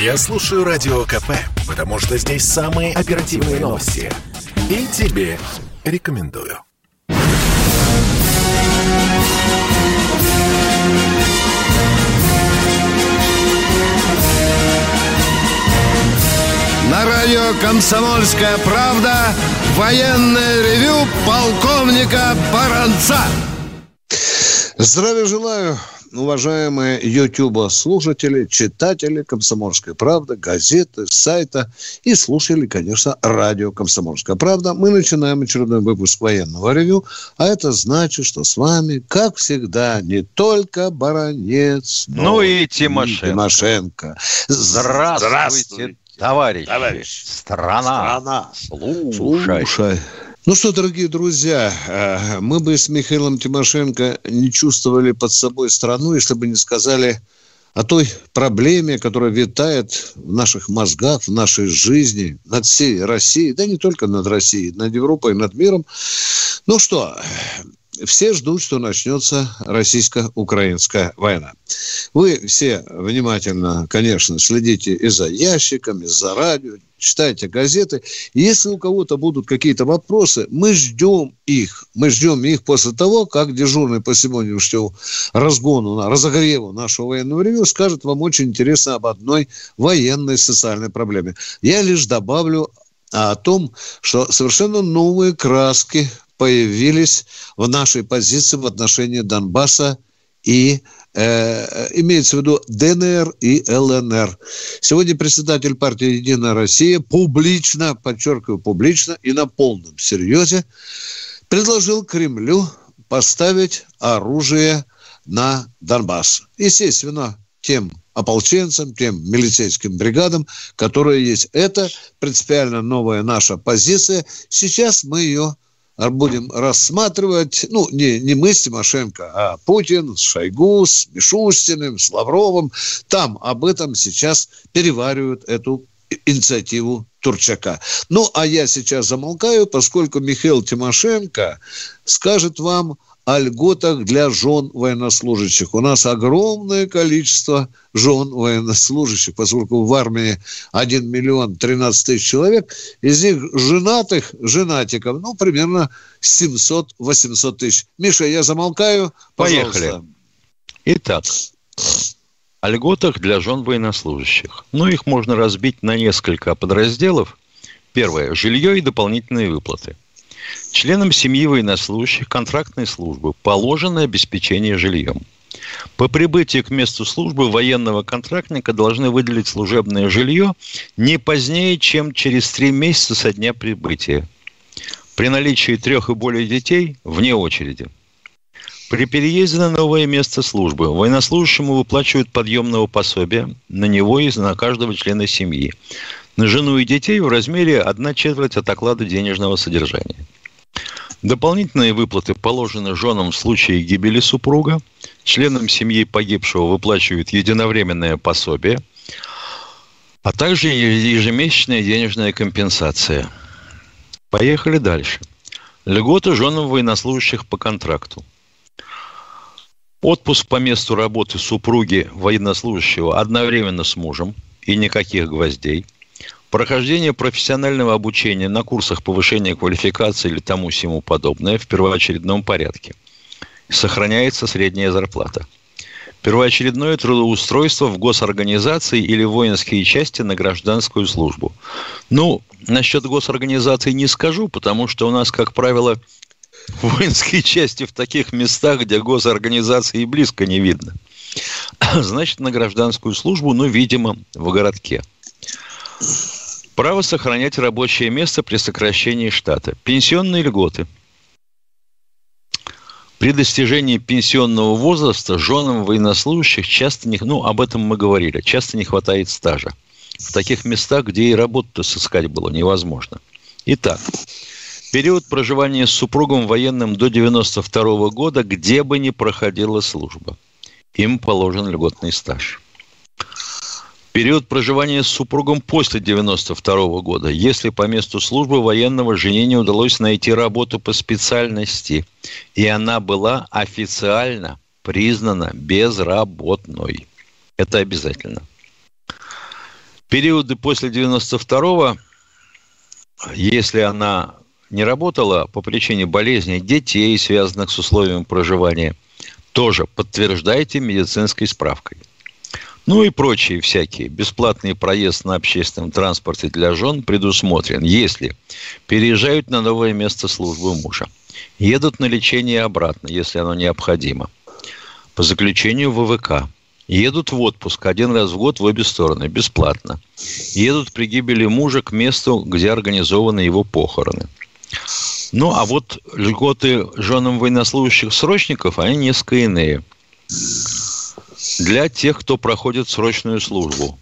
Я слушаю Радио КП, потому что здесь самые оперативные новости. И тебе рекомендую. На радио «Комсомольская правда» военное ревю полковника Баранца. Здравия желаю, уважаемые YouTube-слушатели, читатели «Комсомольской правды», газеты, сайта и слушатели, конечно, радио «Комсомольская правда». Мы начинаем очередной выпуск военного ревю, а это значит, что с вами, как всегда, не только Баранец, но и Тимошенко. Здравствуйте, товарищи. Страна. Слушай. Ну что, дорогие друзья, мы бы с Михаилом Тимошенко не чувствовали под собой страну, если бы не сказали о той проблеме, которая витает в наших мозгах, в нашей жизни, над всей Россией, да не только над Россией, над Европой, над миром. Ну что, все ждут, что начнется российско-украинская война. Вы все внимательно, конечно, следите и за ящиками, и за радио, читайте газеты. Если у кого-то будут какие-то вопросы, мы ждем их. Мы ждем их после того, как дежурный по сегодняшнему разогреву нашего военного ревью скажет вам очень интересно об одной военной социальной проблеме. Я лишь добавлю о том, что совершенно новые краски появились в нашей позиции в отношении Донбасса и имеется в виду ДНР и ЛНР. Сегодня председатель партии «Единая Россия» публично, подчеркиваю, публично и на полном серьезе предложил Кремлю поставить оружие на Донбасс. Естественно, тем ополченцам, тем милицейским бригадам, которые есть. Это принципиально новая наша позиция. Сейчас мы ее будем рассматривать, не мы с Тимошенко, а Путин с Шойгу, с Мишустиным, с Лавровым. Там об этом сейчас переваривают эту инициативу Турчака. А я сейчас замолкаю, поскольку Михаил Тимошенко скажет вам о льготах для жен военнослужащих. У нас огромное количество жен военнослужащих, поскольку в армии 1 миллион 13 тысяч человек, из них женатиков, примерно 700-800 тысяч. Миша, я замолкаю. Пожалуйста. Поехали. Итак, о льготах для жен военнослужащих. Их можно разбить на несколько подразделов. Первое – жилье и дополнительные выплаты. Членам семьи военнослужащих контрактной службы положено обеспечение жильем. По прибытии к месту службы военного контрактника должны выделить служебное жилье не позднее, чем через 3 месяца со дня прибытия. При наличии 3 и более детей – вне очереди. При переезде на новое место службы военнослужащему выплачивают подъемного пособия на него и на каждого члена семьи. На жену и детей в размере 1/4 от оклада денежного содержания. Дополнительные выплаты положены женам в случае гибели супруга. Членам семьи погибшего выплачивают единовременное пособие, а также ежемесячная денежная компенсация. Поехали дальше. Льготы женам военнослужащих по контракту. Отпуск по месту работы супруги военнослужащего одновременно с мужем и никаких гвоздей. Прохождение профессионального обучения на курсах повышения квалификации или тому-сему подобное в первоочередном порядке. Сохраняется средняя зарплата. Первоочередное трудоустройство в госорганизации или воинские части на гражданскую службу. Насчет госорганизации не скажу, потому что у нас, как правило, воинские части в таких местах, где госорганизации близко не видно. Значит, на гражданскую службу, видимо, в городке. Право сохранять рабочее место при сокращении штата. Пенсионные льготы. При достижении пенсионного возраста женам военнослужащих часто об этом мы говорили, часто не хватает стажа. В таких местах, где и работу сыскать было невозможно. Итак, период проживания с супругом военным до 92 года, где бы ни проходила служба, им положен льготный стаж. Период проживания с супругом после 92 года, если по месту службы военного жене не удалось найти работу по специальности, и она была официально признана безработной. Это обязательно. периоды после 92-го, если она не работала по причине болезней детей, связанных с условиями проживания, тоже подтверждайте медицинской справкой. Ну и прочие всякие. Бесплатный проезд на общественном транспорте для жен предусмотрен, если переезжают на новое место службы мужа, едут на лечение обратно, если оно необходимо, по заключению ВВК, едут в отпуск 1 раз в год в обе стороны, бесплатно, едут при гибели мужа к месту, где организованы его похороны. Ну, а вот льготы женам военнослужащих срочников, они несколько иные. Для тех, кто проходит срочную службу.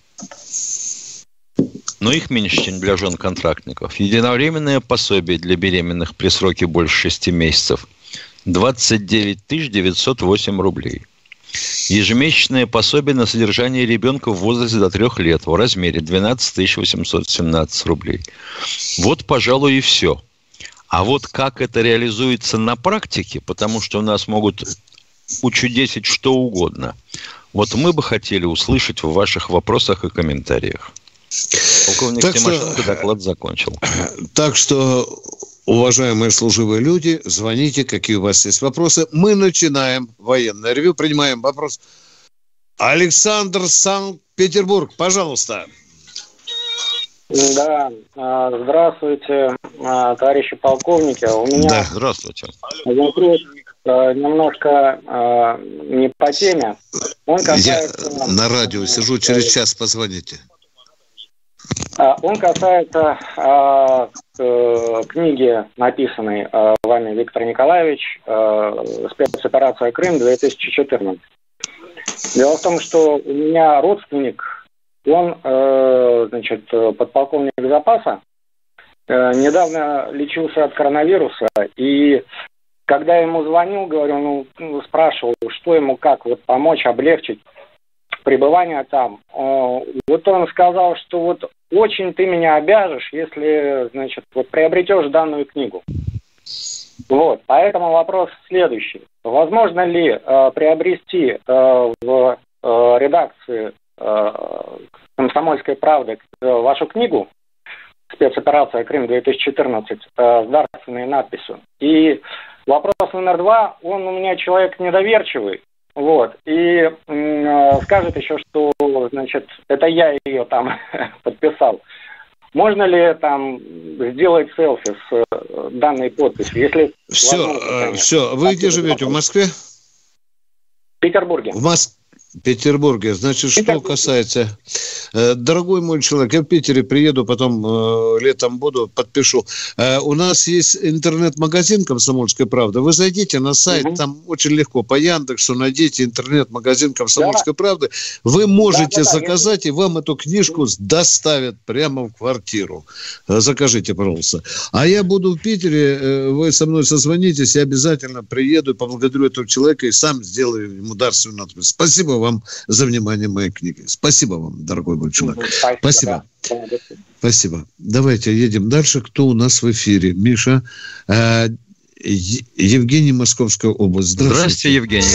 Но их меньше, чем для жен контрактников. Единовременное пособие для беременных при сроке больше 6 месяцев 29 908 рублей. Ежемесячное пособие на содержание ребенка в возрасте до 3 лет в размере 12 817 рублей. Вот, пожалуй, и все. А вот как это реализуется на практике, потому что у нас могут учудесить что угодно, вот мы бы хотели услышать в ваших вопросах и комментариях. Полковник Тимошенко доклад закончил. Так что, уважаемые служивые люди, звоните, какие у вас есть вопросы. Мы начинаем военное ревью, принимаем вопрос. Александр, Санкт-Петербург, пожалуйста. Да, здравствуйте, товарищи полковники. У меня да, здравствуйте. Вопрос немножко не по теме. Он касается... Я на радио сижу, через час позвоните. Он касается книги, написанной вами, Виктор Николаевич, «Спецоперация Крым 2014». Дело в том, что у меня родственник, он, подполковник запаса, недавно лечился от коронавируса, и когда я ему звонил, говорю, спрашивал, что ему, как вот помочь, облегчить пребывание там. Вот он сказал, что вот очень ты меня обяжешь, если, приобретешь данную книгу. Вот, поэтому вопрос следующий. Возможно ли приобрести в редакции «Комсомольской правды» вашу книгу «Спецоперация Крым 2014» с дарственной надписью? И вопрос номер 2, он у меня человек недоверчивый, вот, и скажет еще, что, это я ее там подписал. Можно ли там сделать селфи с данной подписью? Если все. Вы где живете? В Москве? В Петербурге. В Петербурге. Значит, что касается... Дорогой мой человек, я в Питере приеду, потом летом буду, подпишу. У нас есть интернет-магазин «Комсомольская правда». Вы зайдите на сайт, там очень легко. По Яндексу найдите интернет-магазин «Комсомольской правды». Вы можете заказать, и вам эту книжку доставят прямо в квартиру. Закажите, пожалуйста. А я буду в Питере, вы со мной созвонитесь, я обязательно приеду, поблагодарю этого человека и сам сделаю ему дарственную надпись. Спасибо вам за внимание моей книги. Спасибо вам, дорогой мой человек. Спасибо. Спасибо. Давайте едем дальше. Кто у нас в эфире? Миша. Евгений, Московская область. Здравствуйте, Евгений.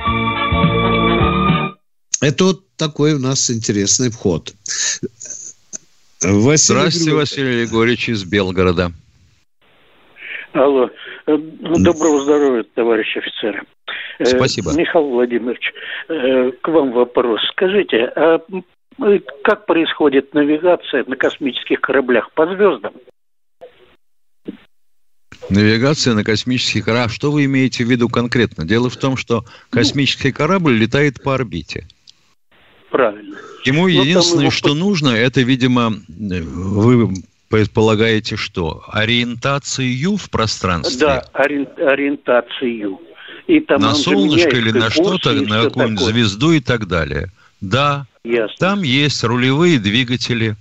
Это вот такой у нас интересный вход. Здравствуйте, Василий Егорович из Белгорода. Алло. Доброго здоровья, товарищ офицер. Спасибо. Михаил Владимирович, к вам вопрос. Скажите, а как происходит навигация на космических кораблях по звездам? Навигация на космических кораблях. Что вы имеете в виду конкретно? Дело в том, что космический корабль летает по орбите. Правильно. Ему единственное, что нужно, это, видимо, вы предполагаете, что ориентацию в пространстве. Да, ориентацию. И там на солнышко или на что-то, на какую-нибудь звезду и так далее. Да, ясно. Там есть рулевые двигатели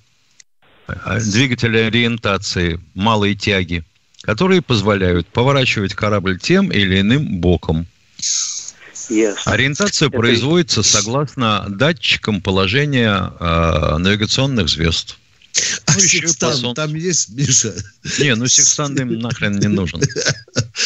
ориентации малой тяги, которые позволяют поворачивать корабль тем или иным боком. Ясно. Ориентация производится согласно датчикам положения навигационных звезд. А секстант там есть, Миша? Не, секстант им нахрен не нужен.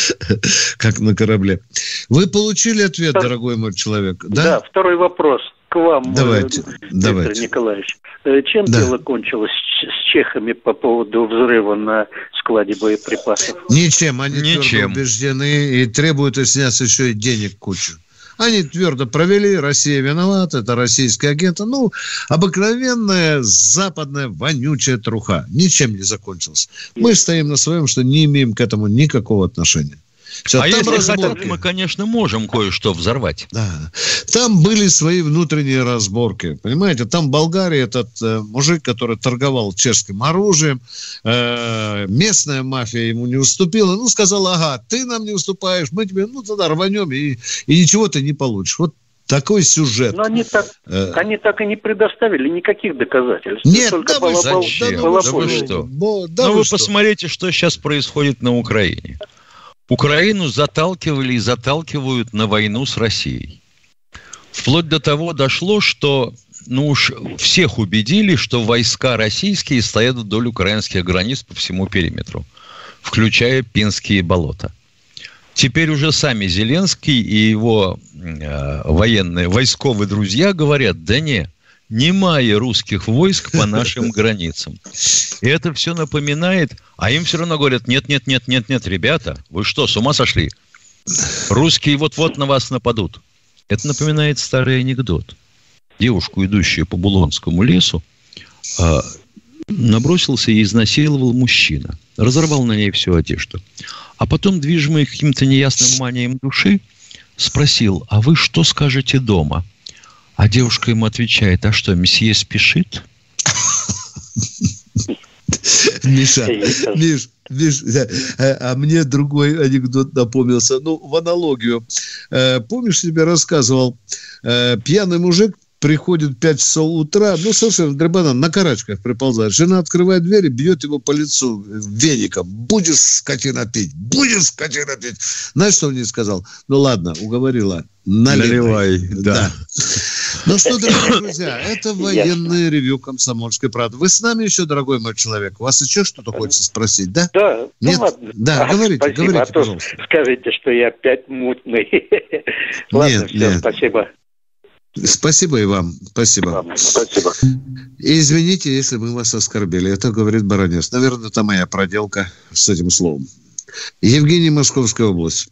Как на корабле. Вы получили ответ, дорогой мой человек? Да, второй вопрос. к вам, Давайте. Виктор Николаевич. Чем дело кончилось с чехами по поводу взрыва на складе боеприпасов? Ничем. Они твердо убеждены и требуют, если снять еще и денег кучу. Они твердо провели, Россия виновата, это российские агенты. Обыкновенная западная вонючая труха. Ничем не закончилась. Мы стоим на своем, что не имеем к этому никакого отношения. Все, если хотим, мы, конечно, можем кое-что взорвать. Да. Там были свои внутренние разборки. Понимаете, там в Болгарии этот мужик, который торговал чешским оружием, местная мафия ему не уступила. Сказала, ага, ты нам не уступаешь, мы тебе, тогда рванем, и ничего ты не получишь. Вот такой сюжет. Но они так и не предоставили никаких доказательств. Нет, только вы что? Вы посмотрите, что сейчас происходит на Украине. Украину заталкивали и заталкивают на войну с Россией. Вплоть до того дошло, что уж всех убедили, что войска российские стоят вдоль украинских границ по всему периметру, включая Пинские болота. Теперь уже сами Зеленский и его военные, войсковые друзья говорят, да немає русских войск по нашим границам. И это все напоминает, а им все равно говорят, нет, ребята, вы что, с ума сошли? Русские вот-вот на вас нападут. Это напоминает старый анекдот. Девушку, идущую по Булонскому лесу, набросился и изнасиловал мужчина. Разорвал на ней всю одежду. А потом, движимый каким-то неясным манием души, спросил, а вы что скажете дома? А девушка ему отвечает, а что, месье спешит? Миша, а мне другой анекдот напомнился. В аналогию. Помнишь, тебе рассказывал, пьяный мужик приходит в 5 часов утра, совершенно дребадан, на карачках приползает. Жена открывает дверь и бьет его по лицу веником. Будешь, скотина, пить. Знаешь, что он ей сказал? Ладно, уговорила. Наливай. Да. Что, дорогие друзья, это военное ревью «Комсомольской правды». Вы с нами еще, дорогой мой человек? У вас еще что-то хочется спросить, да? Да. Нет? Ладно. Да, говорите, пожалуйста. Скажите, что я опять мутный. Ладно, все, спасибо. Спасибо и вам. Спасибо. Спасибо. И извините, если мы вас оскорбили. Это говорит Баранец. Наверное, это моя проделка с этим словом. Евгений, Московская область.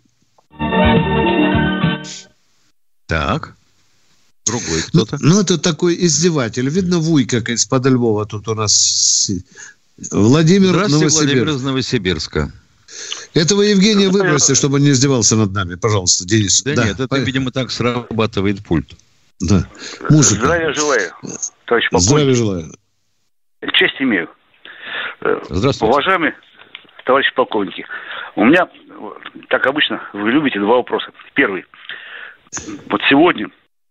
Так. Другой кто-то. Это такой издеватель. Видно, Вуйка из-под Львова тут у нас. Владимир, Новосибирск. Владимир из Новосибирска. Этого Евгения выбросьте, чтобы он не издевался над нами. Пожалуйста, Денис. Да нет, это, видимо, так срабатывает пульт. Да. Музыка. Здравия желаю, товарищ полковник. Здравия желаю. Честь имею. Здравствуйте. Уважаемые товарищи полковники, у меня, как обычно, вы любите два вопроса. Первый. Вот сегодня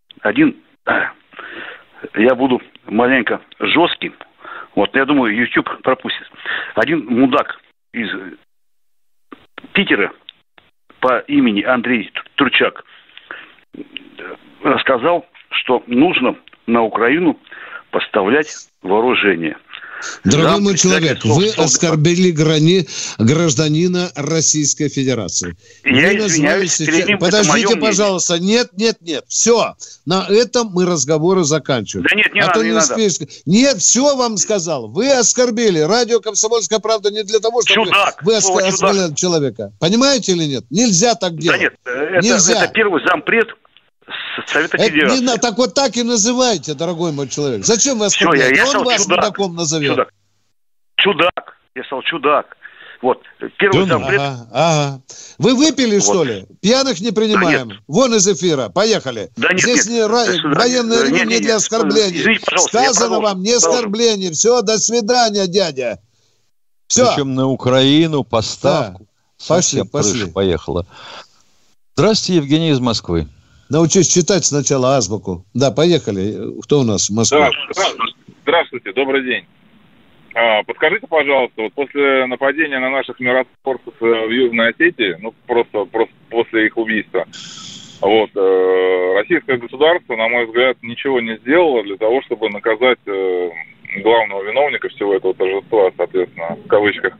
я буду маленько жестким. Я думаю, YouTube пропустит. Один мудак из Питера по имени Андрей Турчак рассказал, что нужно на Украину поставлять вооружение. Дорогой мой человек, вы оскорбили гражданина Российской Федерации. Я извиняюсь, перед ним. Подождите, пожалуйста. Нет. Все. На этом мы разговоры заканчиваем. Да нет, не надо. Нет, все вам сказал. Вы оскорбили. Радио «Комсомольская правда» не для того, чтобы вы оскорбили человека. Понимаете или нет? Нельзя так делать. Да нет, это первый зампред Совета Федерации. Так вот так и называйте, дорогой мой человек. Зачем вы оскорбляете? Он вас мудаком назовет. Чудак. Я сказал чудак. Первый зампред. Ага. Вы выпили, что ли? Пьяных не принимаем. Да, вон из эфира. Поехали. Да нет, здесь военное ревю не для оскорблений. Извините, пожалуйста. Сказано вам, не оскорбление. Все, до свидания, дядя. Все. Причем на Украину поставку. Да. Пошли. Поехала. Здравствуйте, Евгений из Москвы. Научись читать сначала азбуку. Да, поехали. Кто у нас в Москве? Здравствуйте, добрый день. Подскажите, пожалуйста, после нападения на наших миротворцев в Южной Осетии, просто после их убийства, российское государство, на мой взгляд, ничего не сделало для того, чтобы наказать главного виновника всего этого торжества, соответственно, в кавычках.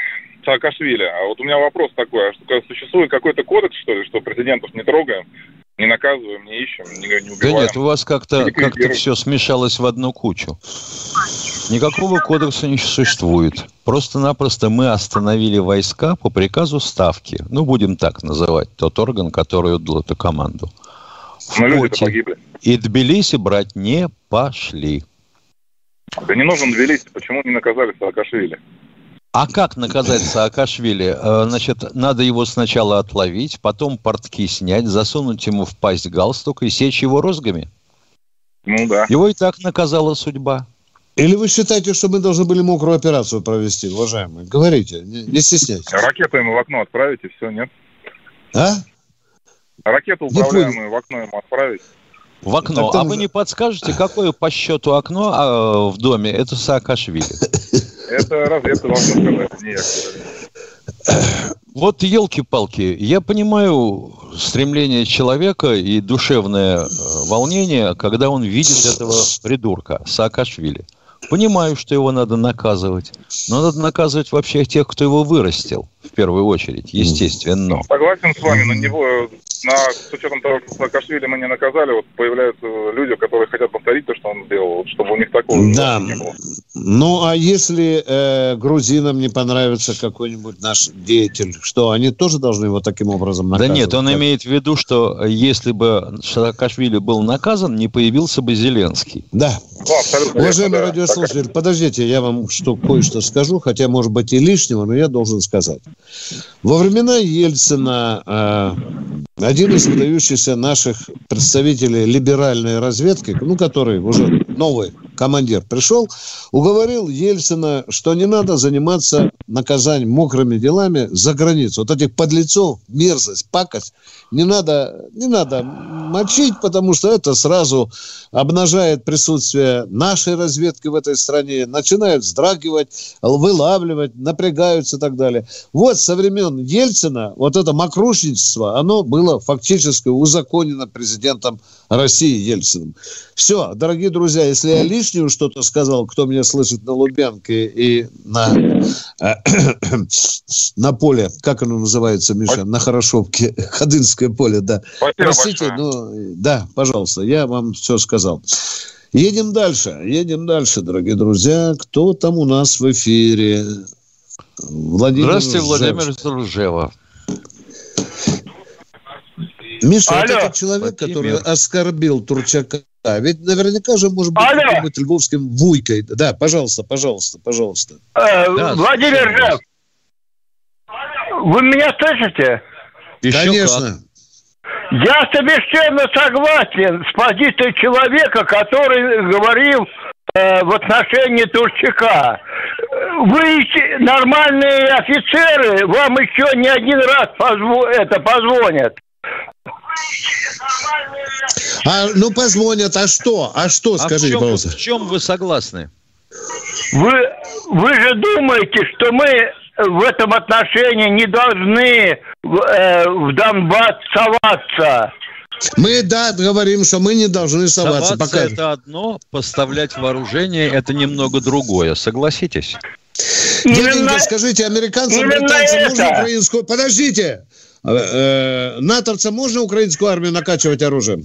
Саакашвили. А у меня вопрос такой, а что, существует какой-то кодекс, что ли, что президентов не трогаем? Не наказываем, не ищем, не убиваем. Да нет, у вас как-то все смешалось в одну кучу. Никакого кодекса не существует. Просто-напросто мы остановили войска по приказу Ставки. Ну, будем так называть тот орган, который отдал эту команду. Но люди-то погибли. И Тбилиси брать не пошли. Да не нужен Тбилиси. Почему не наказали Саакашвили? А как наказать Саакашвили? Значит, надо его сначала отловить, потом портки снять, засунуть ему в пасть галстук и сечь его розгами. Ну да. Его и так наказала судьба. Или вы считаете, что мы должны были мокрую операцию провести, уважаемые? Говорите, не стесняйтесь. Ракету ему в окно отправить, и все, нет? А? Ракету управляемую в окно ему отправить. В окно. А вы не подскажете, какое по счету окно в доме? Это Саакашвили. Это разведка должна сказать, не я. Вот елки-палки, я понимаю стремление человека и душевное волнение, когда он видит этого придурка Саакашвили. Понимаю, что его надо наказывать, но надо наказывать вообще тех, кто его вырастил, в первую очередь, естественно. Согласен с вами, но него, с учетом того, что Саакашвили мы не наказали, вот появляются люди, которые хотят повторить то, что он сделал, чтобы у них такого не было. Ну, а если грузинам не понравится какой-нибудь наш деятель, что, они тоже должны его таким образом наказывать? Да нет, он имеет в виду, что если бы Саакашвили был наказан, не появился бы Зеленский. Да. Уважаемый радиослушатель, подождите, я вам кое-что скажу, хотя, может быть, и лишнего, но я должен сказать. Во времена Ельцина один из выдающихся наших представителей либеральной разведки, который уже новый командир пришел, уговорил Ельцина, что не надо заниматься наказанием, мокрыми делами за границу. Вот этих подлецов, мерзость, пакость не надо мочить, потому что это сразу обнажает присутствие нашей разведки в этой стране, начинают вздрагивать, вылавливать, напрягаются и так далее. Вот со времен Ельцина вот это мокрушничество, оно было фактически узаконено президентом России Ельциным. Все, дорогие друзья, если я лишнего что-то сказал, кто меня слышит на Лубянке и на поле, как оно называется, Миша, на Хорошовке, Ходынское поле, да. Спасибо. Простите, да, пожалуйста, я вам все сказал. Едем дальше, дорогие друзья. Кто там у нас в эфире? Здравствуйте, Владимир из Ржева. Миша, вот этот человек, который оскорбил Турчака, ведь наверняка же может быть каким-нибудь львовским вуйкой. Да, пожалуйста. Владимир Ржев, вы меня слышите? Конечно. Я совершенно согласен с позицией человека, который говорил в отношении Турчака. Вы нормальные офицеры, вам еще не один раз позвонят. Позвонят, а что? Скажите, пожалуйста. В чем вы согласны? Вы же думаете, что мы в этом отношении не должны в Донбасс соваться? Мы, говорим, что мы не должны соваться. Соваться это одно, поставлять вооружение это немного другое. Согласитесь? Дяденька, скажите, американцам, британцам нужно украинскую... Подождите! натовцам можно украинскую армию накачивать оружием?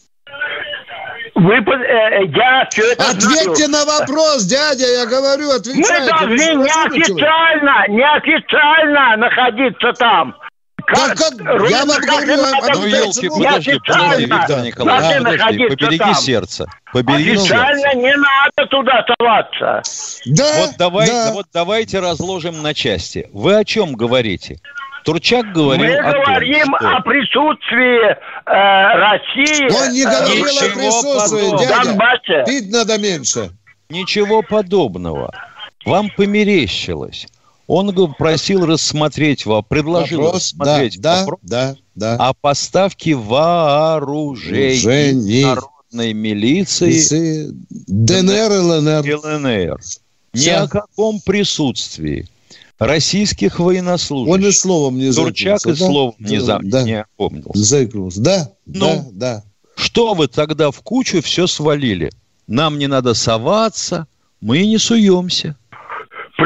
Я все это Ответьте знаю. на вопрос, дядя, я говорю, отвечайте. Мы должны неофициально находиться там. Я вам говорю, подожди, Виктор Николаевич, побереги сердце. Официально не надо туда соваться. Вот давайте разложим на части. Вы о чем говорите? Турчак говорил Мы говорим о присутствии России. Он не говорил о присутствии, дядя. Пить надо меньше. Ничего подобного. Вам померещилось. Он просил рассмотреть, предложил рассмотреть вопрос о поставке вооружений народной милиции ДНР и ЛНР. Ни о каком присутствии российских военнослужащих. Он и словом не заикнулся. Турчак и словом не опомнился. Заикнулся. Да. Что вы тогда в кучу все свалили? Нам не надо соваться, мы и не суемся. По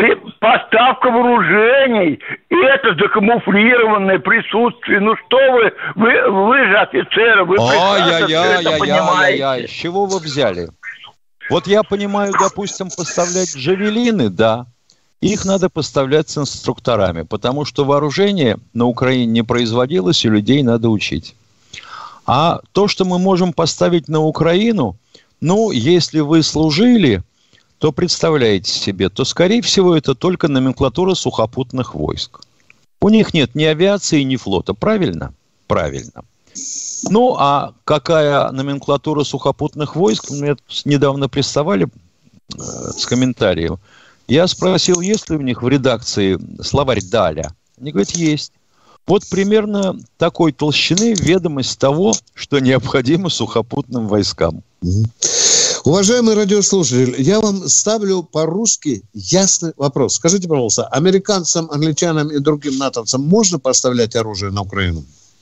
поставка вооружений, и это закамуфлированное присутствие. Ну что вы же офицеры, вы прекрасно это понимаете. С чего вы взяли? Вот я понимаю, допустим, поставлять джавелины, да, их надо поставлять с инструкторами, потому что вооружение на Украине не производилось, и людей надо учить. А то, что мы можем поставить на Украину, ну, если вы служили, то представляете себе, то, скорее всего, это только номенклатура сухопутных войск. У них нет ни авиации, ни флота. Правильно? Правильно. Ну, а какая номенклатура сухопутных войск? Мне недавно приставали с комментарием. Я спросил, есть ли у них в редакции словарь Даля. Они говорят, есть. Вот примерно такой толщины ведомость того, что необходимо сухопутным войскам. Уважаемый радиослушатель, я вам ставлю по-русски ясный вопрос. Скажите, пожалуйста, американцам, англичанам и другим натовцам можно поставлять оружие на Украину?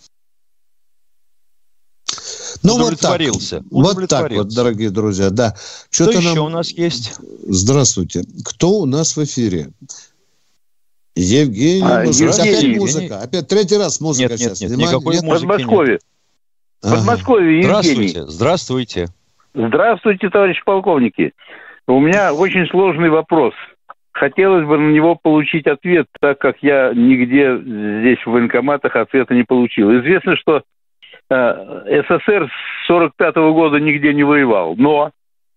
Ну, удовлетворился. Вот так вот, дорогие друзья, да. Что еще у нас есть? Здравствуйте. Кто у нас в эфире? Евгений. Опять музыка. Опять третий раз музыка. Нет, никакой музыки Подмосковье. Подмосковье, Евгений. Здравствуйте. Здравствуйте, товарищи полковники. У меня очень сложный вопрос. Хотелось бы на него получить ответ, так как я нигде здесь в военкоматах ответа не получил. Известно, что СССР с 1945 года нигде не воевал, но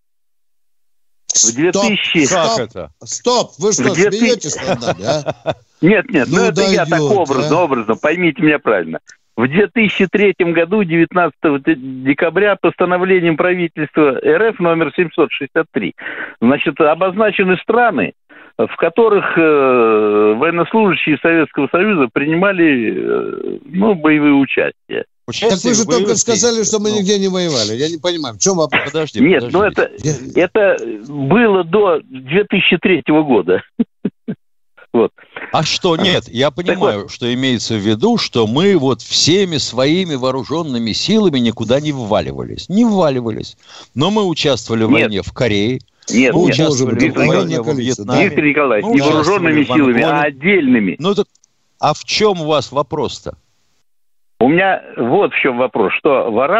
в 2000... Стоп! Вы что, смеетесь над нами, а? Нет, ну это я так образно, поймите меня правильно. В 2003 году, 19 декабря, постановлением правительства РФ номер 763, значит, обозначены страны, в которых военнослужащие Советского Союза принимали боевые участия. Так вы же только сказали, что мы нигде не воевали. Я не понимаю, в чем вопрос? Подожди. Нет, это было до 2003 года. Вот. А что, нет, я понимаю, что имеется в виду, что мы вот всеми своими вооруженными силами никуда не вваливались. Не вваливались. Но мы участвовали в войне в Корее. Нет, мы участвовали в войне во Вьетнаме. Виктор Николаевич, не вооруженными силами, а отдельными. Ну так, а в чем у вас вопрос-то? У меня вот в чем вопрос, что в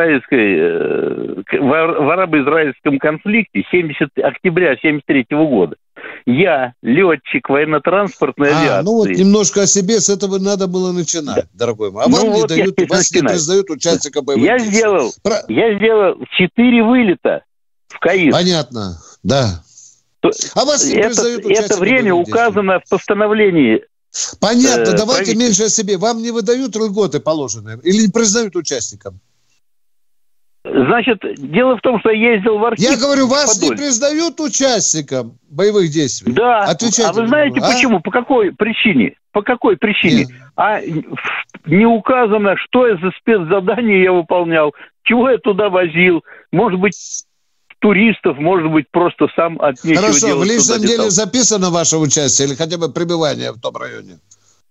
арабо-израильском конфликте октября 1973 года я летчик военно-транспортной авиации. Ну вот немножко о себе, с этого надо было начинать, дорогой мой. А вам не дают, вас не признают участником боевых действий. Я сделал 4 вылета в Каир. Понятно, да. А вас не признают участником. Это время указано в постановлении. Понятно, давайте меньше о себе. Вам не выдают льготы положенные или не признают участником? Значит, дело в том, что я ездил в архив. Я говорю, вас не признают участником боевых действий? Да. Отвечайте. А вы знаете почему? По какой причине? По какой причине? Нет. А не указано, что я за спецзадание я выполнял, чего я туда возил. Может быть, туристов, может быть, просто сам от нечего делать. Хорошо, в личном деле записано ваше участие или хотя бы пребывание в том районе?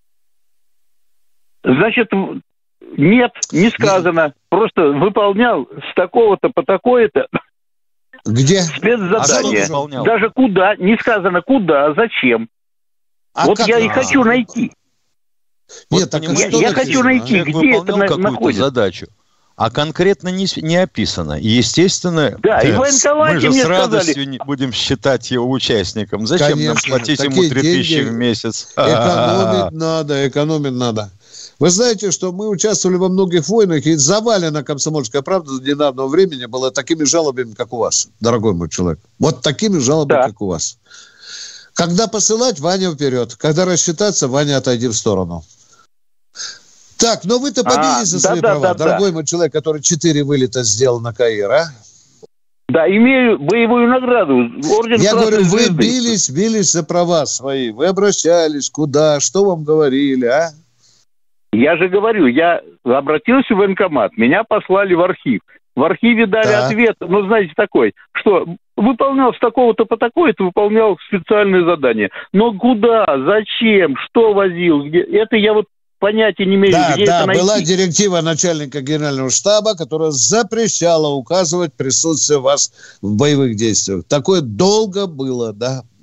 Значит, нет, не сказано. Нет. Просто выполнял с такого-то по такое-то. Где? Спецзадание. Даже куда, не сказано куда, зачем. Вот я и хочу найти. Нет, вот, я хочу найти, где это находится. Задачу. А конкретно не описано. Естественно, да, и мы же с радостью будем считать его участником. Зачем нам платить ему 3000 в месяц? Экономить надо. Вы знаете, что мы участвовали во многих войнах, и завалена «Комсомольская правда» до недавнего времени была такими жалобами, как у вас, дорогой мой человек. Вот такими жалобами, как у вас. Когда посылать, Ваня вперед. Когда рассчитаться, Ваня, отойди в сторону. Так, но вы-то побились за свои права, дорогой мой человек, который 4 вылета сделал на Каир, а? Да, имею боевую награду. Орден Я говорю, вы звезды. бились за права свои. Вы обращались куда? Что вам говорили, а? Я же говорю, я обратился в военкомат, меня послали в архив. В архиве дали ответ, знаете, такой, что выполнял с такого-то по такое-то, выполнял специальные задания. Но куда, зачем, что возил, где? Это я вот понятия не имею, где это найти. Была директива начальника генерального штаба, которая запрещала указывать присутствие вас в боевых действиях. Такое долго было, да.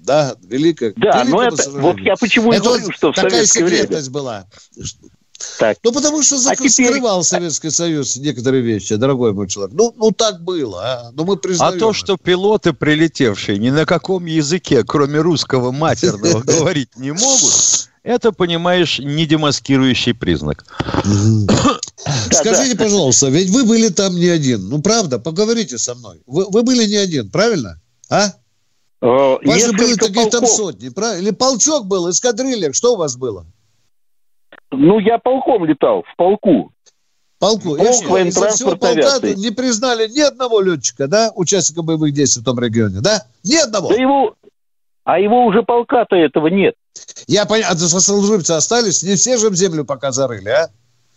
да, великое. Да, но это, вот я почему и говорю, что в такая советское время... секретность была. Так. Ну, потому что скрывал Советский Союз некоторые вещи, дорогой мой человек. Ну так было, а? Но мы признаем. А то, что пилоты, прилетевшие, ни на каком языке, кроме русского матерного, говорить не могут, это, понимаешь, не демаскирующий признак. Скажите, пожалуйста, ведь вы были там не один. Ну, правда, поговорите со мной. Вы были не один, правильно? А? Вас же были таких там сотни, правильно? Или полчок был, эскадрилья, что у вас было? Ну, я полком летал, в полку. Полку. И что, из-за всего полка не признали ни одного летчика, да, участника боевых действий в том регионе, да? Ни одного. Да его уже полка-то этого нет. Я понял, а сослуживцы остались? Не все же в землю пока зарыли, а?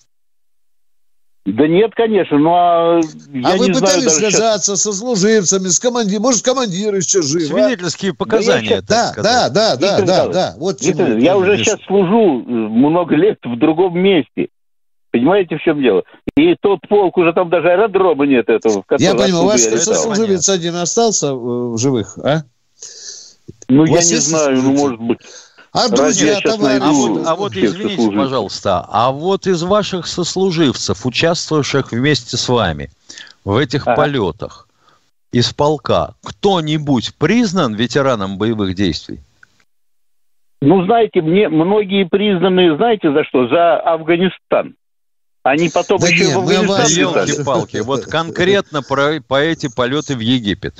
Да нет, конечно, но я вы не пытались знаю, связаться со служивцами, с командиром, может, командир еще жив? Свидетельские показания. Да. Вот я уже сейчас служу много лет в другом месте. Понимаете, в чем дело? И тот полк, уже там даже аэродрома нет этого. Я понимаю, у вас сослуживец один остался в живых, а? Ну, я не знаю, может быть... А друзья, товарищи... А вот извините, пожалуйста, а вот из ваших сослуживцев, участвовавших вместе с вами в этих полетах, из полка, кто-нибудь признан ветераном боевых действий? Ну, знаете, мне многие признаны, знаете, за что? За Афганистан. Они потом еще в Афганистан летали. Елки-палки, вот конкретно по эти полеты в Египет.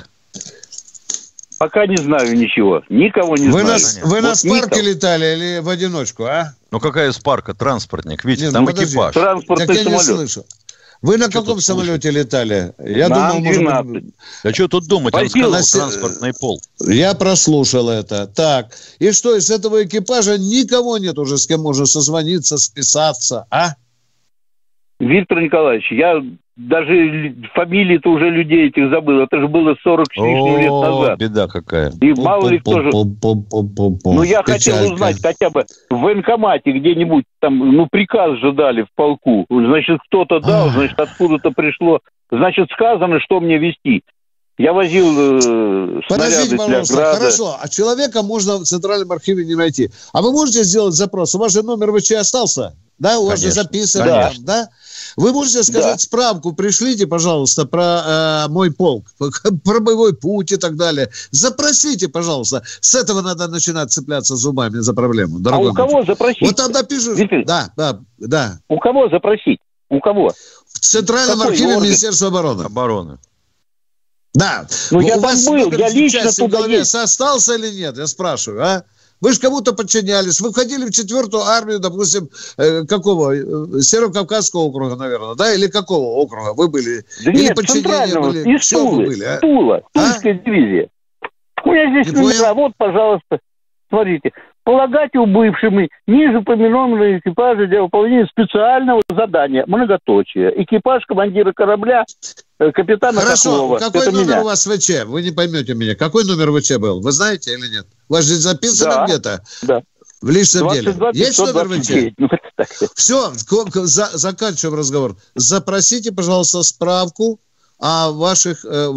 Пока не знаю ничего. Никого не знаю. Вы на Спарке летали или в одиночку, а? Ну, какая Спарка? Транспортник. Видите, там экипаж. Транспортный самолет. Не слышу. Вы на каком самолете летали? Я думал, может быть... Да что тут думать? Он сказал, транспортный полк. Я прослушал это. Так. И что, из этого экипажа никого нет уже, с кем можно созвониться, списаться, а? Виктор Николаевич, я даже фамилии-то уже людей этих забыл. Это же было 40 с лишним лет назад. Беда какая. И мало ли кто же... Ну, я хотел узнать хотя бы в военкомате где-нибудь там, приказ же дали в полку. Значит, кто-то дал, значит, откуда-то пришло. Значит, сказано, что мне вести. Я возил снаряды для града. Хорошо, а человека можно в Центральном архиве не найти. А вы можете сделать запрос? У вас же номер ВЧ остался? Да, у вас же записан там, да? Вы можете сказать справку, пришлите, пожалуйста, про мой полк, про боевой путь и так далее. Запросите, пожалуйста. С этого надо начинать цепляться зубами за проблему. А у кого запросить? Вот там напишут. Да. У кого запросить? У кого? В Центральном архиве Министерства обороны. Да. Ну, я там был, я лично туда есть. Остался или нет, я спрашиваю, а? Вы же кому-то подчинялись. Вы входили в 4-ю армию, допустим, какого? Северо-Кавказского округа, наверное, да? Или какого округа вы были? Да или нет, подчинения были? Из Тула, Тульская дивизия. У меня здесь номера, вот, пожалуйста, смотрите. Полагать убывшими ниже упомянутого экипажа для выполнения специального задания. Многоточие. Экипаж командира корабля, капитана Хохлова. Хорошо, какой номер у вас ВЧ? Вы не поймете меня. Какой номер ВЧ был? Вы знаете или нет? У вас же записано где-то? Да. В личном деле. Есть номер ВЧ? 29. Все, заканчиваем разговор. Запросите, пожалуйста, справку о в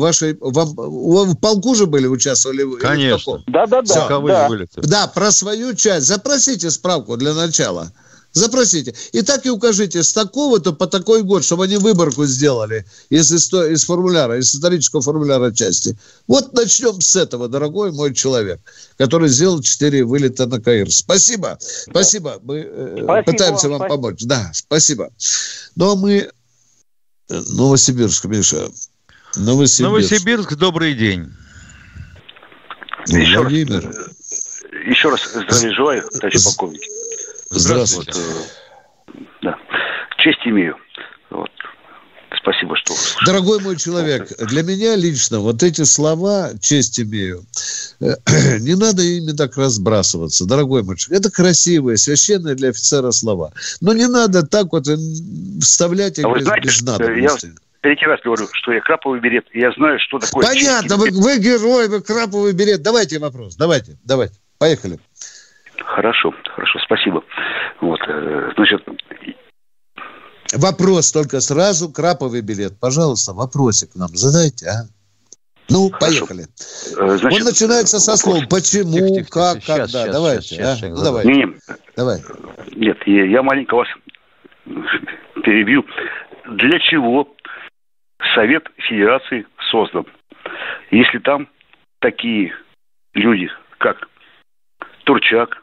полку же были, участвовали? Конечно. Да. Да, про свою часть. Запросите справку для начала. Запросите. И так и укажите, с такого-то по такой год, чтобы они выборку сделали из формуляра, из исторического формуляра части. Вот начнем с этого, дорогой мой человек, который сделал 4 вылета на Каир. Спасибо. Спасибо. Мы пытаемся вам помочь. Да, спасибо. Но мы... Новосибирск, Миша. Новосибирск, добрый день. Владимир. Еще раз здравия желаю, товарищ полковник. Здравствуйте. Да. Честь имею. Спасибо, что... Дорогой мой человек, для меня лично вот эти слова «честь имею», не надо ими так разбрасываться, дорогой мой человек. Это красивые, священные для офицера слова. Но не надо так вот вставлять их без надобности. Я третий раз говорю, что я краповый берет, и я знаю, что такое... Понятно, вы герой, вы краповый берет. Давайте вопрос, давайте. Поехали. Хорошо, спасибо. Значит... Вопрос только сразу, краповый билет. Пожалуйста, вопросик нам задайте, а? Ну, поехали. Значит, он начинается со слов «почему», «как», «когда». Давайте. Ну, давайте. Давай. Нет, я маленько вас перебью. Для чего Совет Федерации создан? Если там такие люди, как Турчак.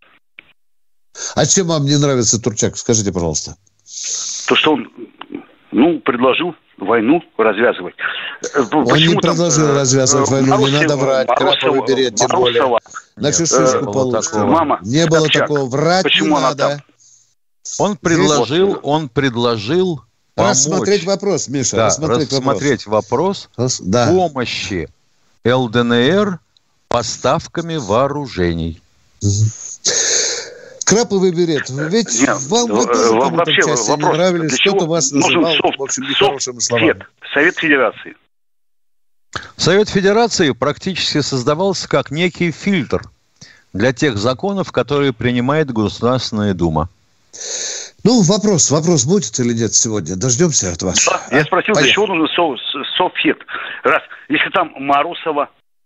А чем вам не нравится Турчак? Скажите, пожалуйста. То, что он, предложил войну развязывать. Он не предложил развязывать войну, не надо врать. Краповый берет, тем более. На шишечку получится. Не было такого. Врать не надо. Он предложил помочь. Рассмотреть вопрос, Миша. Да, рассмотреть вопрос помощи ЛДНР поставками вооружений. Краповый берет. Ведь вам тоже кому-то части не нравились, кто-то вас называл, в общем, нехорошими словами. Совет Федерации. Совет Федерации практически создавался как некий фильтр для тех законов, которые принимает Государственная Дума. Ну, вопрос будет или нет сегодня? Дождемся от вас. Да, я спросил, для чего нужен Совфед? Раз, если там Марусова,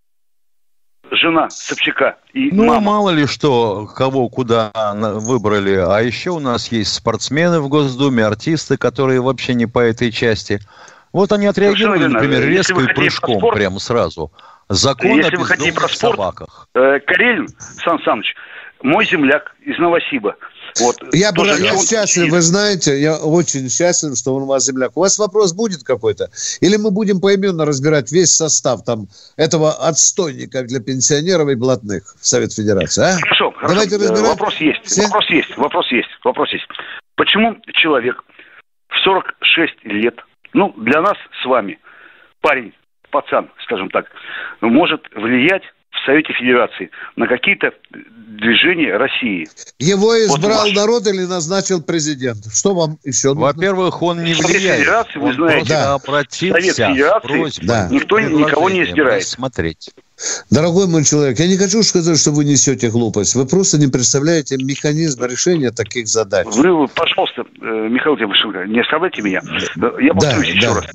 жена Собчака и мама. Мало ли что, кого куда выбрали. А еще у нас есть спортсмены в Госдуме, артисты, которые вообще не по этой части. Вот они отреагировали, например, резко и прыжком прямо сразу. Закон о бездомных собаках. Карелин Сан Саныч, мой земляк из Новосиба. Вот, я счастлив, вы знаете, я очень счастлив, что он у вас земляк. У вас вопрос будет какой-то? Или мы будем поименно разбирать весь состав там этого отстойника для пенсионеров и блатных в Совет Федерации? А? Хорошо. Давайте разбирать. Вопрос есть. Почему человек в 46 лет, для нас с вами, пацан, скажем так, может влиять в Совете Федерации на какие-то движения России? Его избрал народ или назначил президент? Что вам еще нужно? Во-первых, он не влияет. Федерации, вы знаете, Совет Федерации никто никого не избирает. Смотреть. Дорогой мой человек, я не хочу сказать, что вы несете глупость. Вы просто не представляете механизм решения таких задач. Вы, пожалуйста, Михаил Тимошенко, не оставляйте меня. Я повторюсь еще раз.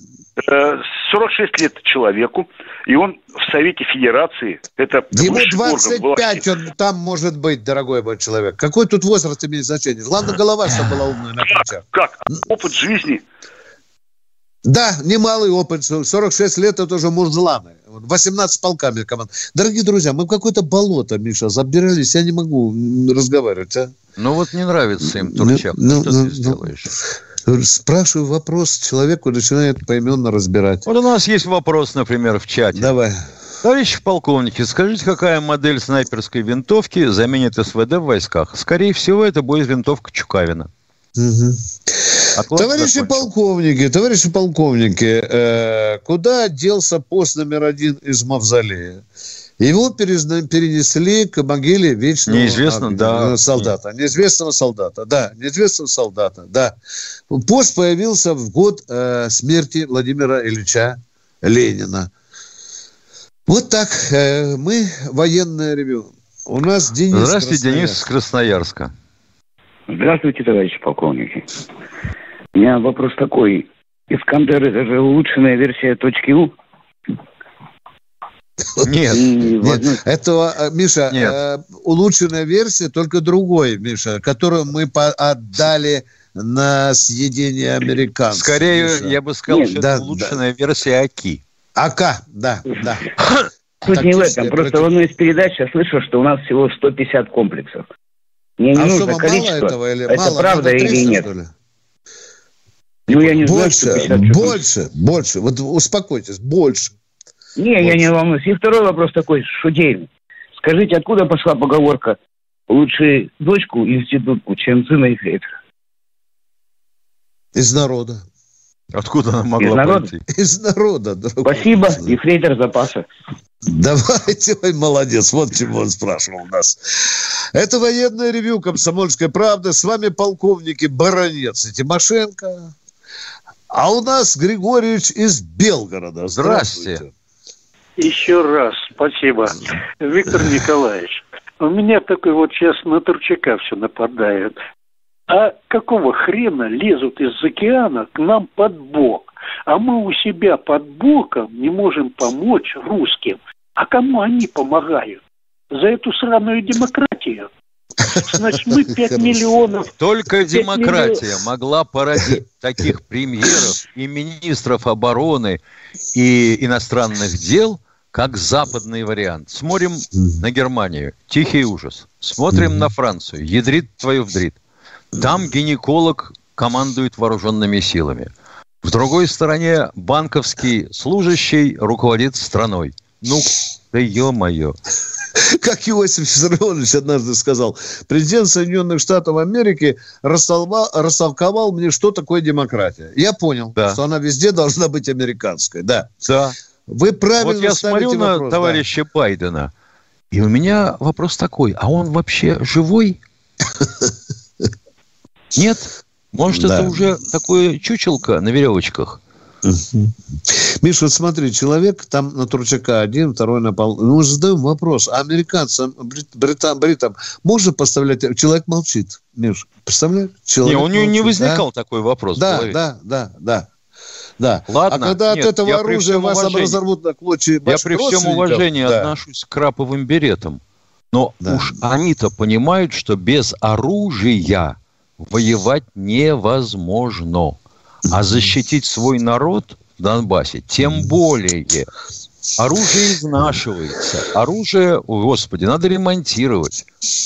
46 лет человеку, и он в Совете Федерации. Это ему 25 он там может быть, дорогой мой человек. Какой тут возраст имеет значение? Главное, голова, чтобы была умная на плечах. Как? Опыт жизни? Да, немалый опыт. 46 лет это уже мужланы. 18 полками команд. Дорогие друзья, мы в какое-то болото, Миша, забирались. Я не могу разговаривать, а? Не нравится им Турчак. Что ты сделаешь? Спрашиваю вопрос, человеку начинает поименно разбирать. Вот у нас есть вопрос, например, в чате. Давай. Товарищи полковники, скажите, какая модель снайперской винтовки заменит СВД в войсках? Скорее всего, это будет винтовка Чукавина. Угу. Товарищи полковники, куда делся пост номер 1 из Мавзолея? Его перенесли к могиле вечного солдата. Неизвестного солдата, да. Пост появился в год смерти Владимира Ильича Ленина. Вот так. Мы военное ревю. У нас Денис. Здравствуйте, Денис из Красноярска. Здравствуйте, товарищи полковники. У меня вопрос такой. Искандер – это же улучшенная версия .у? Нет. Это, Миша, улучшенная версия, только другой, Миша, которую мы отдали на съедение американцев. Скорее, Миша. Я бы сказал, что это улучшенная версия АКИ. АК, да. Суть не в этом. Просто в одной из передач я слышал, что у нас всего 150 комплексов. Мне не нужно количество. Это правда или нет? Я не знаю, что 50. Больше. Вот успокойтесь, больше. Не, я не волнуюсь. И второй вопрос такой, шутейный. Скажите, откуда пошла поговорка «лучше дочку институтку, чем сына ефрейтора»? Из народа. Откуда она могла пойти? Из народа, дорогой. Спасибо, ефрейтор запаса. Давайте, ой, молодец. Вот чего он спрашивал нас. Это военное ревью «Комсомольской правды». С вами полковники Баранец и Тимошенко. А у нас Григорьевич из Белгорода. Здравствуйте. Еще раз, спасибо. Виктор Николаевич, у меня такой вот сейчас на Турчака все нападают. А какого хрена лезут из океана к нам под бок? А мы у себя под боком не можем помочь русским. А кому они помогают? За эту сраную демократию. Значит, мы 5 миллионов... Только демократия могла породить таких премьеров и министров обороны и иностранных дел, как западный вариант. Смотрим на Германию. Тихий ужас. Смотрим на Францию. Ядрит твою вдрит. Там гинеколог командует вооруженными силами. В другой стороне банковский служащий руководит страной. Ну, да ё-моё. Как Иосиф Виссарионович однажды сказал, президент Соединенных Штатов Америки растолковал мне, что такое демократия. Я понял, что она везде должна быть американской. Да. Вы правильно вот я смотрю вопрос, на товарища Байдена, и у меня вопрос такой, а он вообще живой? Нет? Может, это уже такое чучелко на веревочках? Миш, вот смотри, человек там на Турчака один, второй на пол. Мы задаем вопрос, а американцам, бритам можно поставлять? Человек молчит, Миш, представляешь? Не, у него не возникал такой вопрос в голове. Да. Ладно, а когда от этого оружия вас разорвут на клочья... Я при всем уважении отношусь к краповым беретам. Но уж они-то понимают, что без оружия воевать невозможно. А защитить свой народ в Донбассе тем более. Оружие изнашивается. Оружие, Господи, надо ремонтировать.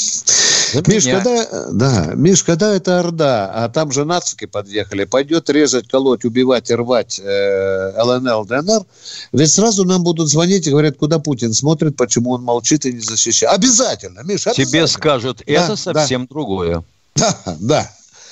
Миш, когда это Орда, а там же нацики подъехали, пойдет резать, колоть, убивать и рвать ЛНР, ДНР, ведь сразу нам будут звонить и говорят, куда Путин смотрит, почему он молчит и не защищает. Обязательно, Миш, обязательно. Тебе скажут, это совсем другое. Да.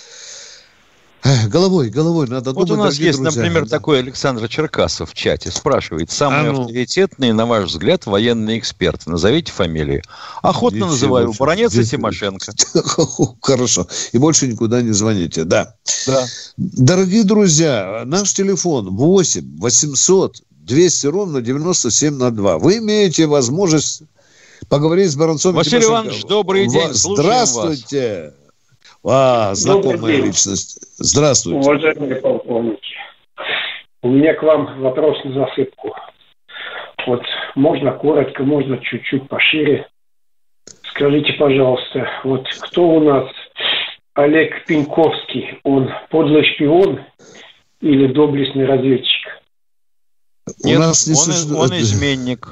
Головой надо думать. Вот у нас есть, например, такой Александр Черкасов в чате. Спрашивает, самый авторитетный, на ваш взгляд, военный эксперт. Назовите фамилии. Охотно называю. Баронец и Тимошенко. Хорошо. И больше никуда не звоните. Да. Дорогие друзья, наш телефон 8 800 200 ровно 9702. Вы имеете возможность поговорить с Баронцом. Василий Иванович, добрый день. Здравствуйте. Знакомая личность. Здравствуйте. Уважаемые полковники, у меня к вам вопрос на засыпку. Вот можно коротко, можно чуть-чуть пошире. Скажите, пожалуйста, вот кто у нас Олег Пеньковский? Он подлый шпион или доблестный разведчик? Нет, он изменник.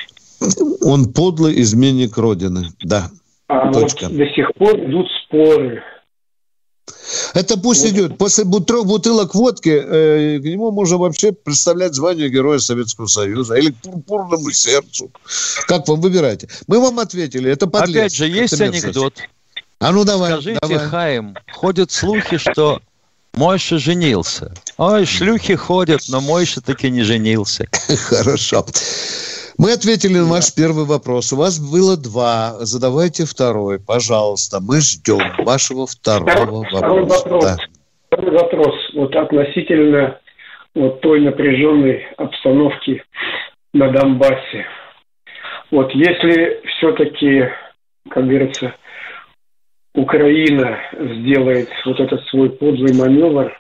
Он подлый изменник Родины, да. Вот до сих пор идут споры. Это пусть идет. После 3 бутылок водки к нему можно вообще представлять звание Героя Советского Союза или к пурпурному сердцу. Как вам выбираете? Мы вам ответили. Это подлец. Опять же, есть анекдот. А ну давай. Скажите, Хаим, ходят слухи, что Мойша женился. Ой, шлюхи ходят, но Мойша таки не женился. Хорошо. Мы ответили на ваш первый вопрос. У вас было 2. Задавайте второй, пожалуйста. Мы ждем вашего второго вопроса. Второй вопрос. Вот относительно той напряженной обстановки на Донбассе. Вот если все-таки, как говорится, Украина сделает вот этот свой подлый маневр,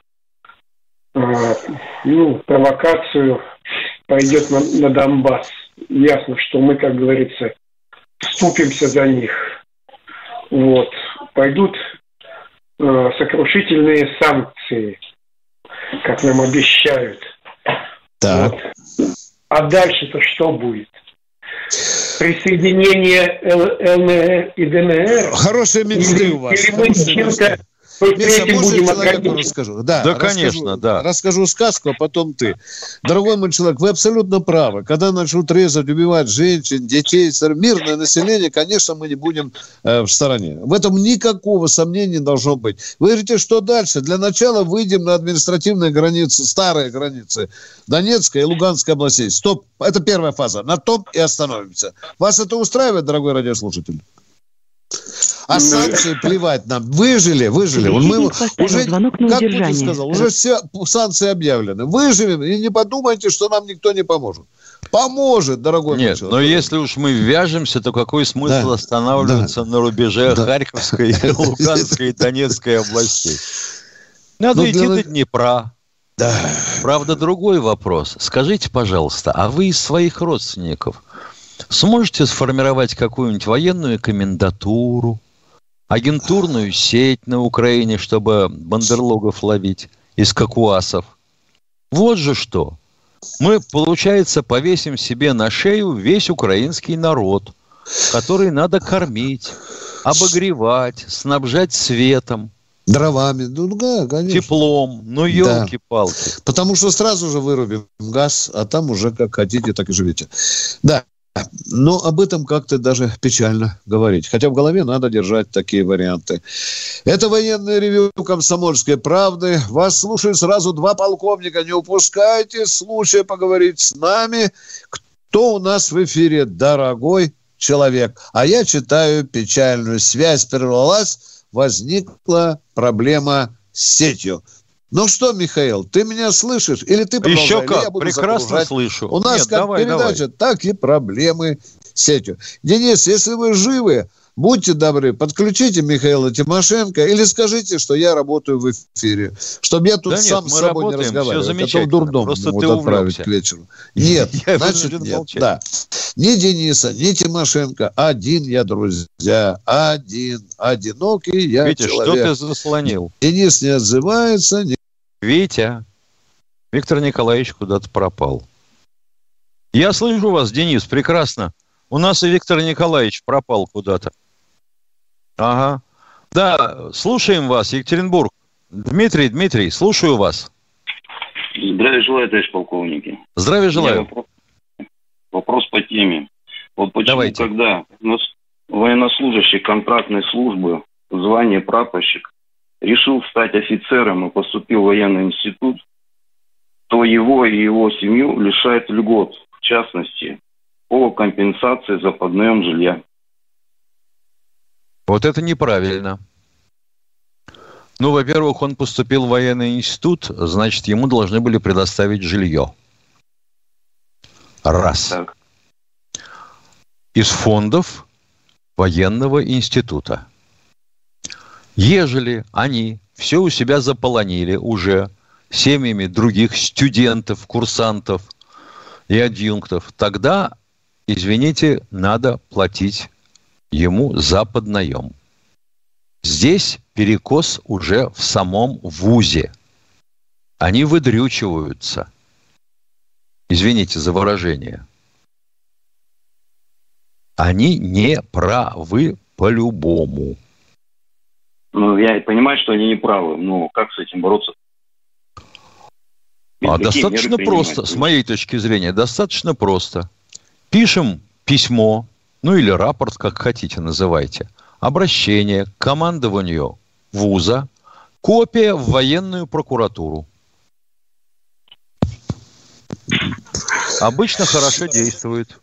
провокацию, пойдет на Донбасс. Ясно, что мы, как говорится, вступимся за них. Вот. Пойдут сокрушительные санкции, как нам обещают. Так. Вот. А дальше-то что будет? Присоединение ЛНР и ДНР? Хорошие мечты у вас. Или мы чем-то... Миша, можно человеку расскажу? Да, конечно, да. Расскажу сказку, а потом ты. Дорогой мой человек, вы абсолютно правы. Когда начнут резать, убивать женщин, детей, мирное население, конечно, мы не будем в стороне. В этом никакого сомнения не должно быть. Вы говорите, что дальше? Для начала выйдем на административные границы, старые границы Донецкой и Луганской областей. Стоп, это первая фаза. На том и остановимся. Вас это устраивает, дорогой радиослушатель? А санкции плевать нам. Выжили. Мы уже, как Путин сказал, уже все санкции объявлены. Выживем и не подумайте, что нам никто не поможет. Поможет, дорогой мой человек. Но если уж мы вяжемся, то какой смысл останавливаться на рубеже Харьковской, Луганской и Донецкой областей? Надо идти до Днепра. Да. Правда, другой вопрос. Скажите, пожалуйста, а вы из своих родственников сможете сформировать какую-нибудь военную комендатуру, агентурную сеть на Украине, чтобы бандерлогов ловить из кокуасов? Вот же что. Мы, получается, повесим себе на шею весь украинский народ, который надо кормить, обогревать, снабжать светом. Дровами, ну да, конечно. Теплом, ну елки-палки. Да. Потому что сразу же вырубим газ, а там уже как хотите, так и живите. Да, но об этом как-то даже печально говорить. Хотя в голове надо держать такие варианты. Это военное ревью «Комсомольской правды». Вас слушают сразу два полковника. Не упускайте случая поговорить с нами. Кто у нас в эфире, дорогой человек? А я читаю печальную. Связь прервалась. Возникла проблема с сетью. Ну что, Михаил, ты меня слышишь? Или ты продолжаешь? Еще как, прекрасно слышу. У нас как передача, так и проблемы с сетью. Денис, если вы живы, будьте добры, подключите Михаила Тимошенко или скажите, что я работаю в эфире. Чтобы я тут сам с собой не разговаривал. Это в дурдом могут отправить к вечеру. Нет, значит нет. Да. Ни Дениса, ни Тимошенко. Один я, друзья. Один. Одинокий я Витя, человек. что ты заслонил? Денис не отзывается. Витя, Виктор Николаевич куда-то пропал. Я слышу вас, Денис, прекрасно. У нас и Виктор Николаевич пропал куда-то. Ага. Да, слушаем вас, Екатеринбург. Дмитрий, слушаю вас. Здравия желаю, товарищ полковники. Здравия желаю. Вопрос по теме. Вот почему, давайте. Когда военнослужащий контрактной службы, звание прапорщик, решил стать офицером и поступил в военный институт, то его и его семью лишают льгот, в частности, по компенсации за поднаем жилья. Вот это неправильно. Ну, во-первых, он поступил в военный институт, значит, ему должны были предоставить жилье. Раз. Так. Из фондов военного института. Ежели они все у себя заполонили уже семьями других студентов, курсантов и адъюнктов, тогда, извините, надо платить ему за поднаем. Здесь перекос уже в самом вузе. Они выдрючиваются. Извините за выражение. Они не правы по-любому. Ну, я понимаю, что они не правы, но как с этим бороться? Достаточно просто, с моей точки зрения, достаточно просто. Пишем письмо, ну или рапорт, как хотите называйте, обращение к командованию вуза, копия в военную прокуратуру. Обычно хорошо действует.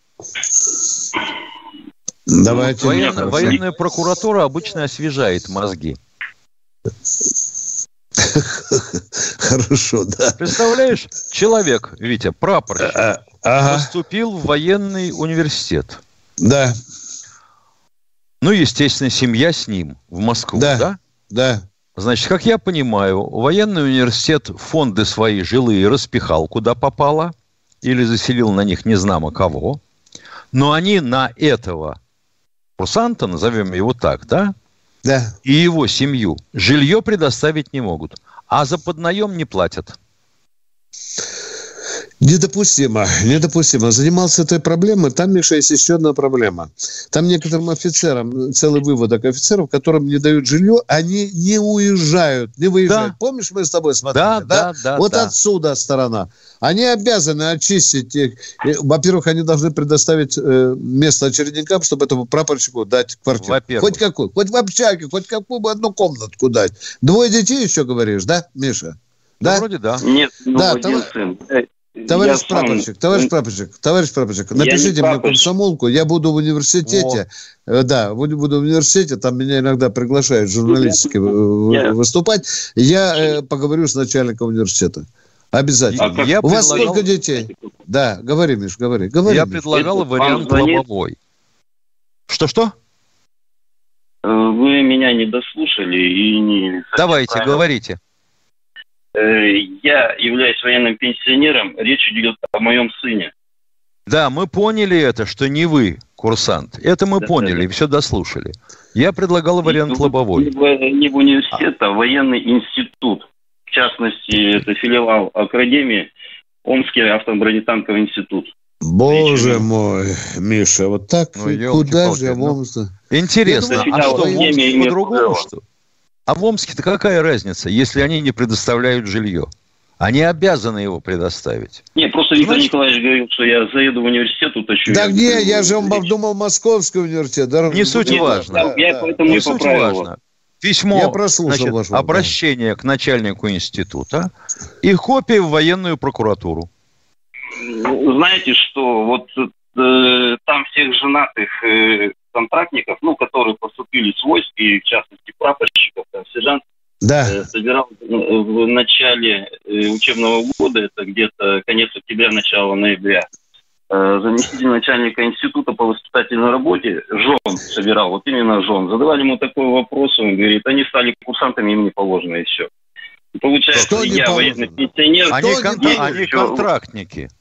Давайте. Военная прокуратура обычно освежает мозги. Хорошо, да. Представляешь, человек, Витя, прапорщик, поступил в военный университет. Да. Ну, естественно, семья с ним в Москву, да? Да. Значит, как я понимаю, военный университет фонды свои жилые распихал, куда попало, или заселил на них незнамо кого, но они на этого курсанта, назовем его так, да? Да. И его семью жилье предоставить не могут, а за поднаем не платят. Недопустимо. Занимался этой проблемой. Там, Миша, есть еще одна проблема. Там некоторым офицерам, целый выводок офицеров, которым не дают жилье, они не уезжают, не выезжают. Да. Помнишь, мы с тобой смотрели? Да. Вот отсюда сторона. Они обязаны очистить их. Во-первых, они должны предоставить место очередникам, чтобы этому прапорщику дать квартиру. Во-первых. Хоть какую. Хоть в общаге, хоть какую бы одну комнатку дать. 2 детей еще говоришь, да, Миша? Да? Вроде да. Нет, да, один сын. Товарищ прапорщик, напишите мне комсомолку, я буду в университете, буду в университете, там меня иногда приглашают в журналистике выступать, я поговорю с начальником университета. Обязательно. У вас сколько детей? Да, говори, Миш, говори. Я предлагал вариант лобовой. Что? Вы меня не дослушали и не... Давайте, говорите. Я являюсь военным пенсионером, речь идет о моем сыне. Да, мы поняли это, что не вы курсант. Это мы поняли, и все дослушали. Я предлагал вариант лобовой. Не в университет, а военный институт. В частности, это филиал Академии, Омский автобронетанковый институт. Боже мой, Миша, вот так? Куда же в Омске? Интересно, а что, в Омске по-другому, что? А в Омске-то какая разница, если они не предоставляют жилье? Они обязаны его предоставить. Не, просто Виктор Николаевич говорил, что я заеду в университет, уточню. Да не, я же думал Московский университет. Не суть важно. Не суть важно. Письмо, значит, обращение к начальнику института и копия в военную прокуратуру. Знаете что, вот там всех женатых контрактников, которые поступили с войск, и в частности прапорщиков, сержантов, собирал в начале учебного года, это где-то конец октября, начало ноября. Заместитель начальника института по воспитательной работе жен собирал, вот именно жен. Задавали ему такой вопрос, он говорит, они стали курсантами, им не положено и все. И получается, я военный пенсионер. Они контрактники.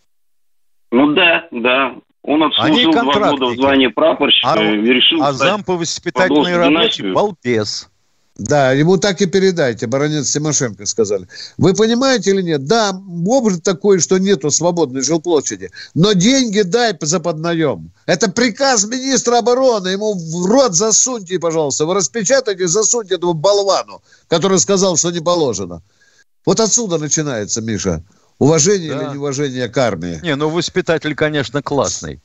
Ну да. Он отслужил 2 года в звании прапорщика и решил стать зам по воспитательной работе балбес. Да, ему так и передайте, баронец Тимошенко сказали. Вы понимаете или нет? Да, образ такой, что нету свободной жилплощади, но деньги дай за поднаем. Это приказ министра обороны, ему в рот засуньте, пожалуйста. Вы распечатайте, засуньте этому болвану, который сказал, что не положено. Вот отсюда начинается, Миша. Уважение или неуважение к армии. Не, воспитатель, конечно, классный.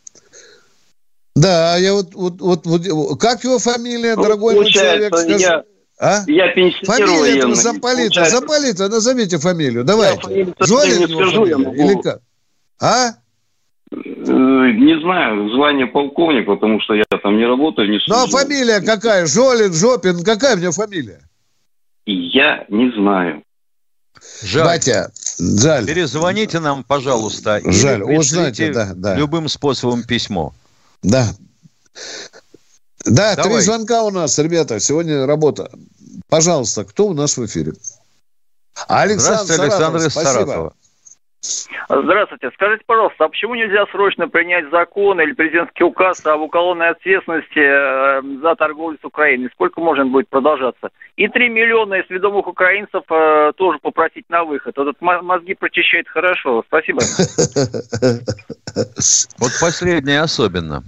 Да, я вот как его фамилия, дорогой мой человек, скажи? Я пенсионер военный. Замполита, назовите фамилию, давайте. Жолин или как? Не знаю, звание полковник, потому что я там не работаю, не служу. Ну, а фамилия какая? Жолин, Жопин, какая у меня фамилия? Я не знаю. Жаль. Батя, жаль. Перезвоните нам, пожалуйста. Жаль, узнайте, да. Любым способом письмо. Да. Да, 3 звонка у нас, ребята. Сегодня работа. Пожалуйста, кто у нас в эфире? Здравствуйте, Александр из Саратова. Здравствуйте. Скажите, пожалуйста, а почему нельзя срочно принять закон или президентский указ об уголовной ответственности за торговлю с Украиной? Сколько может будет продолжаться? И 3 миллиона из ведомых украинцев тоже попросить на выход. Вот мозги прочищает хорошо. Спасибо. Вот последнее особенно.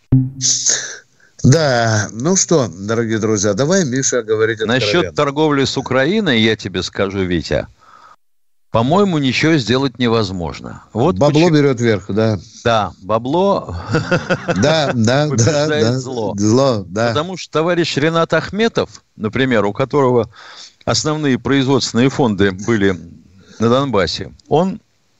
Да, ну что, дорогие друзья, давай, Миша, говорить откровенно. Насчет торговли с Украиной, я тебе скажу, Витя, по-моему, ничего сделать невозможно. Вот бабло берет верх, да. Да, бабло побеждает зло. Да. Потому что товарищ Ренат Ахметов, например, у которого основные производственные фонды были на Донбассе, он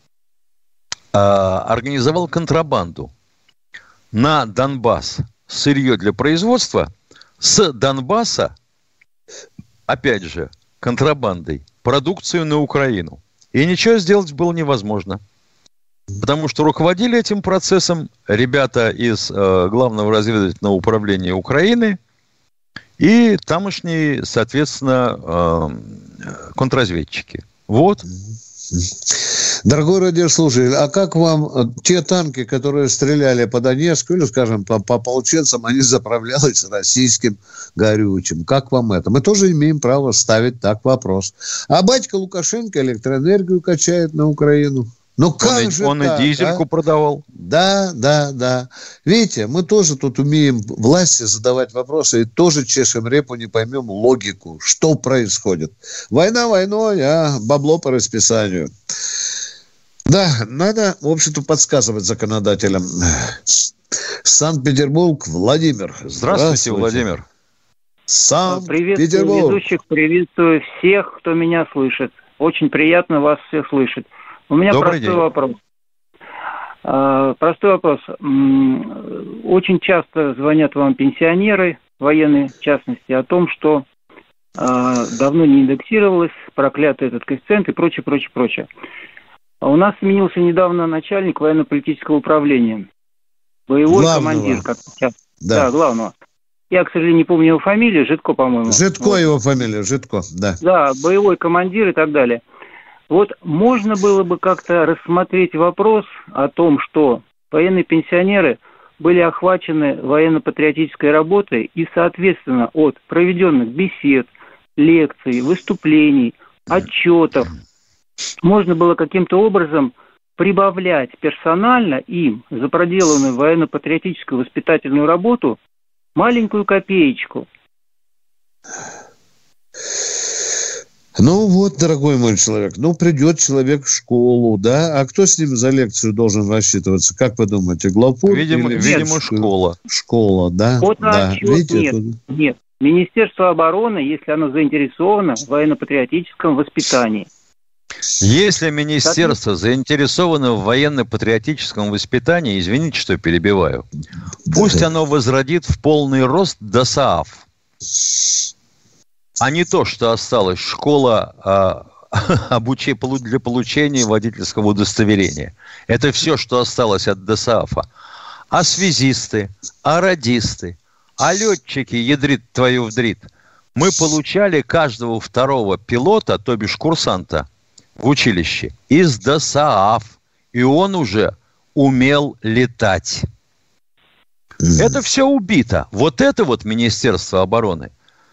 организовал контрабанду на Донбасс. Сырье для производства с Донбасса, опять же, контрабандой, продукцию на Украину. И ничего сделать было невозможно. Потому что руководили этим процессом ребята из Главного разведывательного управления Украины и тамошние, соответственно, контрразведчики. Вот. Дорогой радиослушатель, а как вам те танки, которые стреляли по Донецку, или, скажем, по ополченцам, они заправлялись российским горючим? Как вам это? Мы тоже имеем право ставить так вопрос. А батька Лукашенко электроэнергию качает на Украину. Ну как же он так, и дизельку продавал. Да. Видите, мы тоже тут умеем власти задавать вопросы и тоже чешем репу, не поймем логику, что происходит. Война войной, а бабло по расписанию. Да, надо, в общем-то, подсказывать законодателям. Санкт-Петербург, Владимир. Здравствуйте, Владимир. Санкт-Петербург. Приветствую ведущих, приветствую всех, кто меня слышит. Очень приятно вас всех слышать. У меня простой вопрос. Простой вопрос. Очень часто звонят вам пенсионеры, военные в частности, о том, что давно не индексировалось, проклятый этот коэффициент и прочее. У нас сменился недавно начальник военно-политического управления. Боевой командир, как сейчас. Да, главного. Я, к сожалению, не помню его фамилию, Житко, по-моему. Житко его фамилия, Житко, да. Да, боевой командир и так далее. Вот можно было бы как-то рассмотреть вопрос о том, что военные пенсионеры были охвачены военно-патриотической работой и, соответственно, от проведенных бесед, лекций, выступлений, отчетов можно было каким-то образом прибавлять персонально им за проделанную военно-патриотическую воспитательную работу маленькую копеечку. Ну вот, дорогой мой человек, придет человек в школу, да? А кто с ним за лекцию должен рассчитываться? Как вы думаете, главпур? Видимо, школа. Школа, да. Вот да. Видите, нет. Министерство обороны, если оно заинтересовано в военно-патриотическом воспитании. Если министерство заинтересовано в военно-патриотическом воспитании, извините, что перебиваю, пусть оно возродит в полный рост ДОСААФ. А не то, что осталась школа для получения водительского удостоверения. Это все, что осталось от ДОСААФа. А связисты, а радисты, а летчики, ядрит твою вдрит. Мы получали каждого второго пилота, то бишь курсанта, в училище из ДОСААФ. И он уже умел летать. Это все убито. Вот это вот Министерство обороны.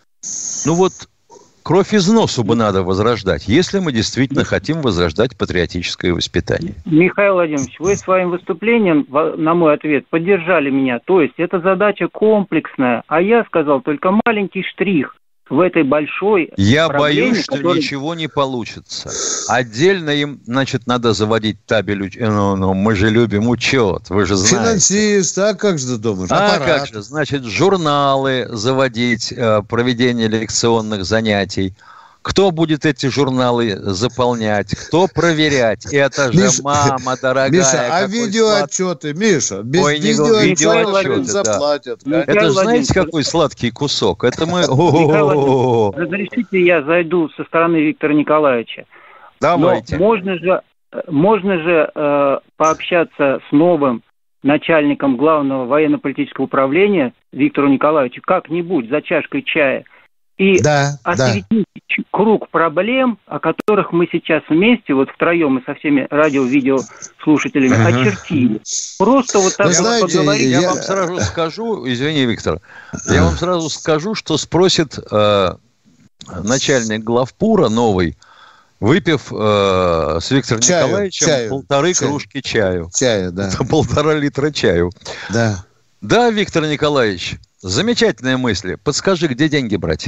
Кровь из носу бы надо возрождать, если мы действительно хотим возрождать патриотическое воспитание. Михаил Владимирович, вы своим выступлением на мой ответ поддержали меня. То есть это задача комплексная, а я сказал только маленький штрих в этой большой Я проблеме, боюсь, что ничего не получится. Отдельно им, надо заводить табель. Мы же любим учет, вы же знаете. Финансист, а как же ты думаешь? Как же, журналы заводить, проведение лекционных занятий. Кто будет эти журналы заполнять? Кто проверять? Это же, мама дорогая. Миша, видеоотчеты, Миша, без видеоотчеты заплатят. Да. Это же, знаете, какой сладкий кусок? Это мы... Разрешите, я зайду со стороны Виктора Николаевича. Давайте. Но можно же пообщаться с новым начальником главного военно-политического управления Виктору Николаевичу как-нибудь за чашкой чая и осветить круг проблем, о которых мы сейчас вместе, втроем и со всеми радио-видеослушателями очертили. Просто так поговорить. Я вам сразу скажу, извини, Виктор, я вам сразу скажу, что спросит начальник главпура новый, выпив с Виктором Николаевичем полторы кружки чаю. Чая, да. 1,5 литра чаю. Да. Да, Виктор Николаевич, замечательные мысли. Подскажи, где деньги брать?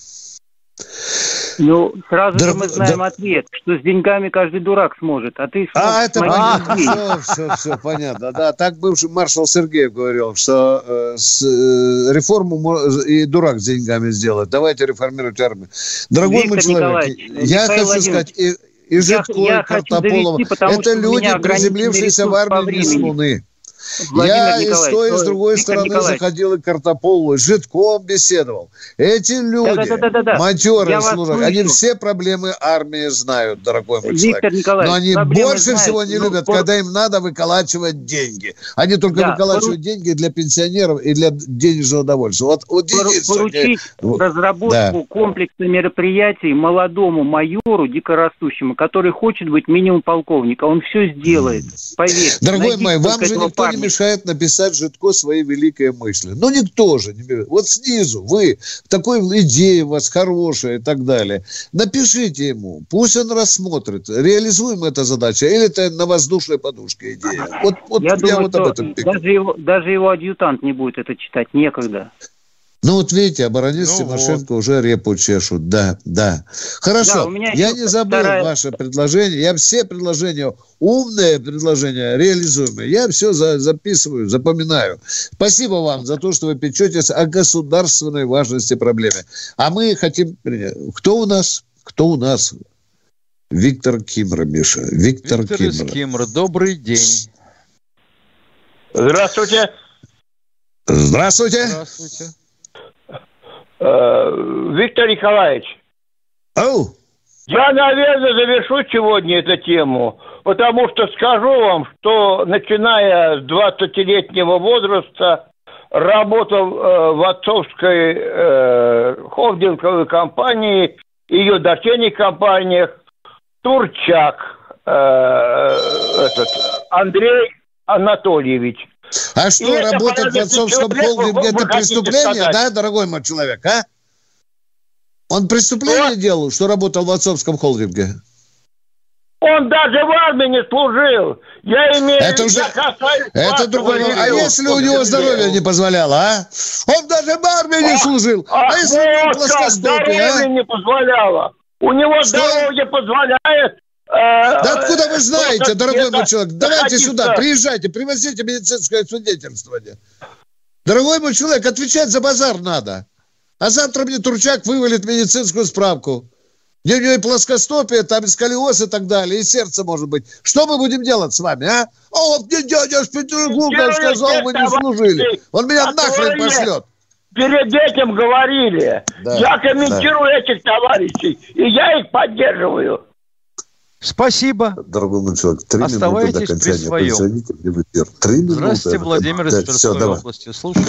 Сразу же мы знаем ответ, что с деньгами каждый дурак сможет, а ты это понятно. Все, понятно. Да, так бывший маршал Сергеев говорил, что реформу и дурак с деньгами сделает. Давайте реформировать армию. Дорогой мой человек, я хочу сказать, и Житко, и Картополов, это люди, приземлившиеся в армии не с Луны. Я и с той, и с другой стороны заходил и Картополу, и с Житком беседовал. Эти люди, матерые служат, они все проблемы армии знают, дорогой мой человек. Но они больше всего не любят, когда им надо выколачивать деньги. Они только выколачивают деньги для пенсионеров и для денежного удовольствия. Поручить разработку комплекса мероприятий молодому майору, дикорастущему, который хочет быть минимум полковника. Он все сделает, поверьте. Дорогой мой, вам же никто не мешает написать Житко свои великие мысли. Никто же не мешает. Снизу вы, такой идея у вас хорошая и так далее. Напишите ему, пусть он рассмотрит, реализуем эту задачу, или это на воздушной подушке идея. Я думаю, об этом даже его адъютант не будет это читать, некогда. Видите, оборонец Тимошенко уже репу чешут. Да. Хорошо, я не забыл ваше предложение. Я все предложения, умные предложения, реализуемые, я все записываю, запоминаю. Спасибо вам за то, что вы печетесь о государственной важности проблемы. А мы хотим принять. Кто у нас? Виктор Кимра, Миша. Виктор из Кимра. Добрый день. Здравствуйте. Виктор Николаевич, я, наверное, завершу сегодня эту тему, потому что скажу вам, что начиная с 20-летнего возраста работал в отцовской холдинговой компании, ее дочерних компаниях, в Турчак, Андрей Анатольевич. А что, работать в отцовском холдинге – это преступление, да, дорогой мой человек, а? Он преступление делал, что работал в отцовском холдинге? Он даже в армии не служил. Я имею в виду... Это другой. А если у него здоровье не позволяло, а? Он даже в армии не служил. А если у него плоскостопие, а? Здоровье не позволяло. У него здоровье позволяет... Да откуда вы знаете, дорогой мой человек? Давайте сюда, приезжайте, привозите медицинское свидетельствование. Дорогой мой человек, отвечать за базар надо. А завтра мне Турчак вывалит медицинскую справку. Где у него и плоскостопие, там и сколиоз и так далее, и сердце может быть. Что мы будем делать с вами, а? О, мне дядя из Петербурга сказал, мы не служили. Он меня нахрен пошлет. Перед этим говорили. Да, я комментирую этих товарищей, и я их поддерживаю. Спасибо. Дорогой мой человек, 3 Оставайтесь минуты до окончания. Позвоните мне в эфир. 3 минуты. Здравствуйте, Владимир из Тверской области. Слушаю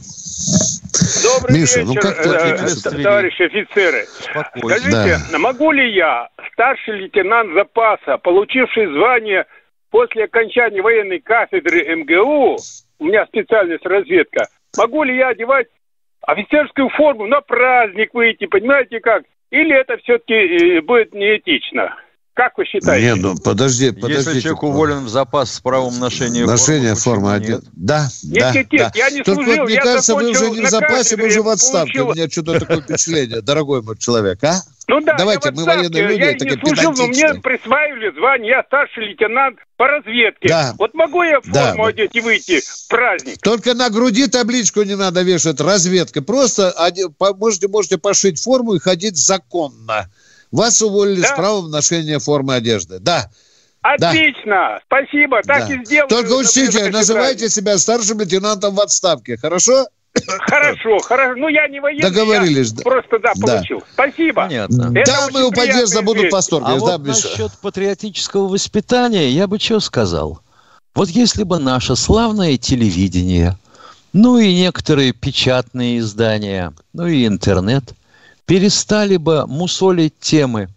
вас. Добрый вечер, товарищи офицеры. Спокойно. Скажите, могу ли я, старший лейтенант запаса, получивший звание после окончания военной кафедры МГУ, у меня специальность разведка, могу ли я одевать офицерскую форму на праздник выйти, понимаете как? Или это все-таки будет неэтично? Как вы считаете? Нет, ну подождите. Если человек уволен в запас с правом ношения формы одет. Да, нет, я не служил. Вот, мне кажется, вы уже не в запасе, вы уже в отставке. У меня что-то такое впечатление, дорогой мой человек, а? Ну да, давайте, мы военные люди, я не служил, но мне присваивали звание, я старший лейтенант по разведке. Да. Вот могу я форму одеть и выйти в праздник? Только на груди табличку не надо вешать, разведка. Просто можете пошить форму и ходить законно. Вас уволили с правом ношения формы одежды. Да. Отлично. Да. Спасибо. Так и сделаю. Только учтите, называйте себя старшим лейтенантом в отставке. Хорошо? Хорошо. Ну, я не военный. Договорились. Я просто, получил. Спасибо. Понятно. Дамы у подъезда будут в восторге. А вот насчет патриотического воспитания я бы что сказал. Вот если бы наше славное телевидение, ну и некоторые печатные издания, ну и интернет перестали бы мусолить темы,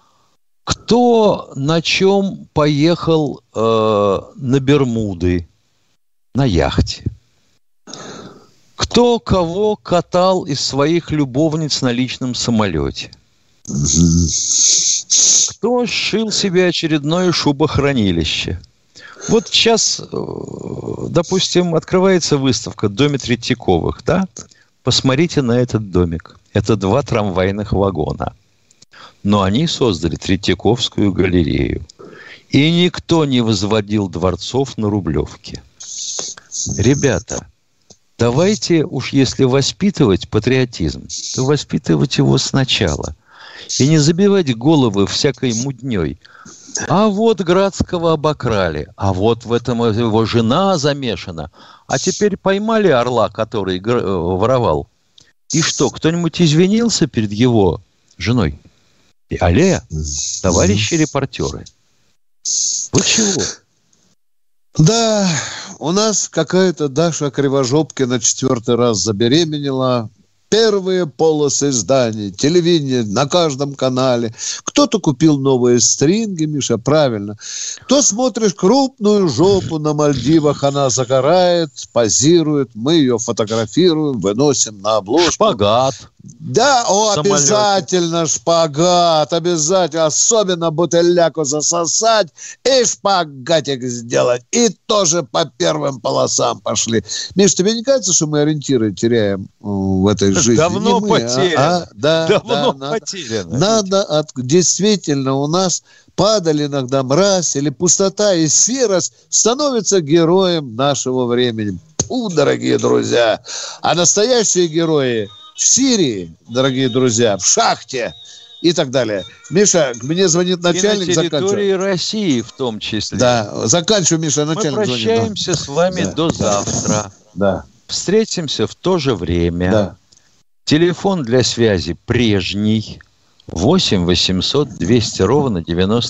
кто на чем поехал на Бермуды на яхте, кто кого катал из своих любовниц на личном самолете, кто сшил себе очередное шубохранилище. Вот сейчас, допустим, открывается выставка «Доме Третьяковых», да? Посмотрите на этот домик. Это 2 трамвайных вагона. Но они создали Третьяковскую галерею. И никто не возводил дворцов на Рублевке. Ребята, давайте уж если воспитывать патриотизм, то воспитывать его сначала. И не забивать головы всякой мудней. А вот Градского обокрали, а вот в этом его жена замешана. А теперь поймали орла, который воровал. И что, кто-нибудь извинился перед его женой? Алле, товарищи репортеры. Вы чего? Да, у нас какая-то Даша Кривожопкина 4-й раз забеременела. Первые полосы изданий, телевидение на каждом канале. Кто-то купил новые стринги, Миша, правильно. То смотришь крупную жопу на Мальдивах, она загорает, позирует, мы ее фотографируем, выносим на обложку. Шпагат. Да, обязательно шпагат, обязательно. Особенно бутыляку засосать и шпагатик сделать. И тоже по первым полосам пошли. Миш, тебе не кажется, что мы ориентиры теряем в этой жизни? Давно потеряно. Давно потеряно. Действительно, у нас падаль иногда мразь или пустота и серость становится героем нашего времени. Фу, дорогие друзья. А настоящие герои в Сирии, дорогие друзья, в шахте и так далее. Миша, мне звонит начальник. И на территории России в том числе. Да, заканчиваю, Миша, начальник звонит. Мы прощаемся с вами до завтра. Да. Встретимся в то же время. Да. Телефон для связи прежний. 8 800 200 ровно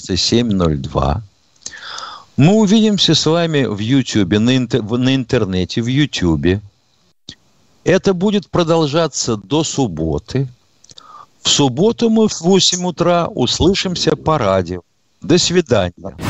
9702. Мы увидимся с вами в Ютьюбе, на интернете, в Ютьюбе. Это будет продолжаться до субботы. В субботу мы в 8 утра услышимся по радио. До свидания.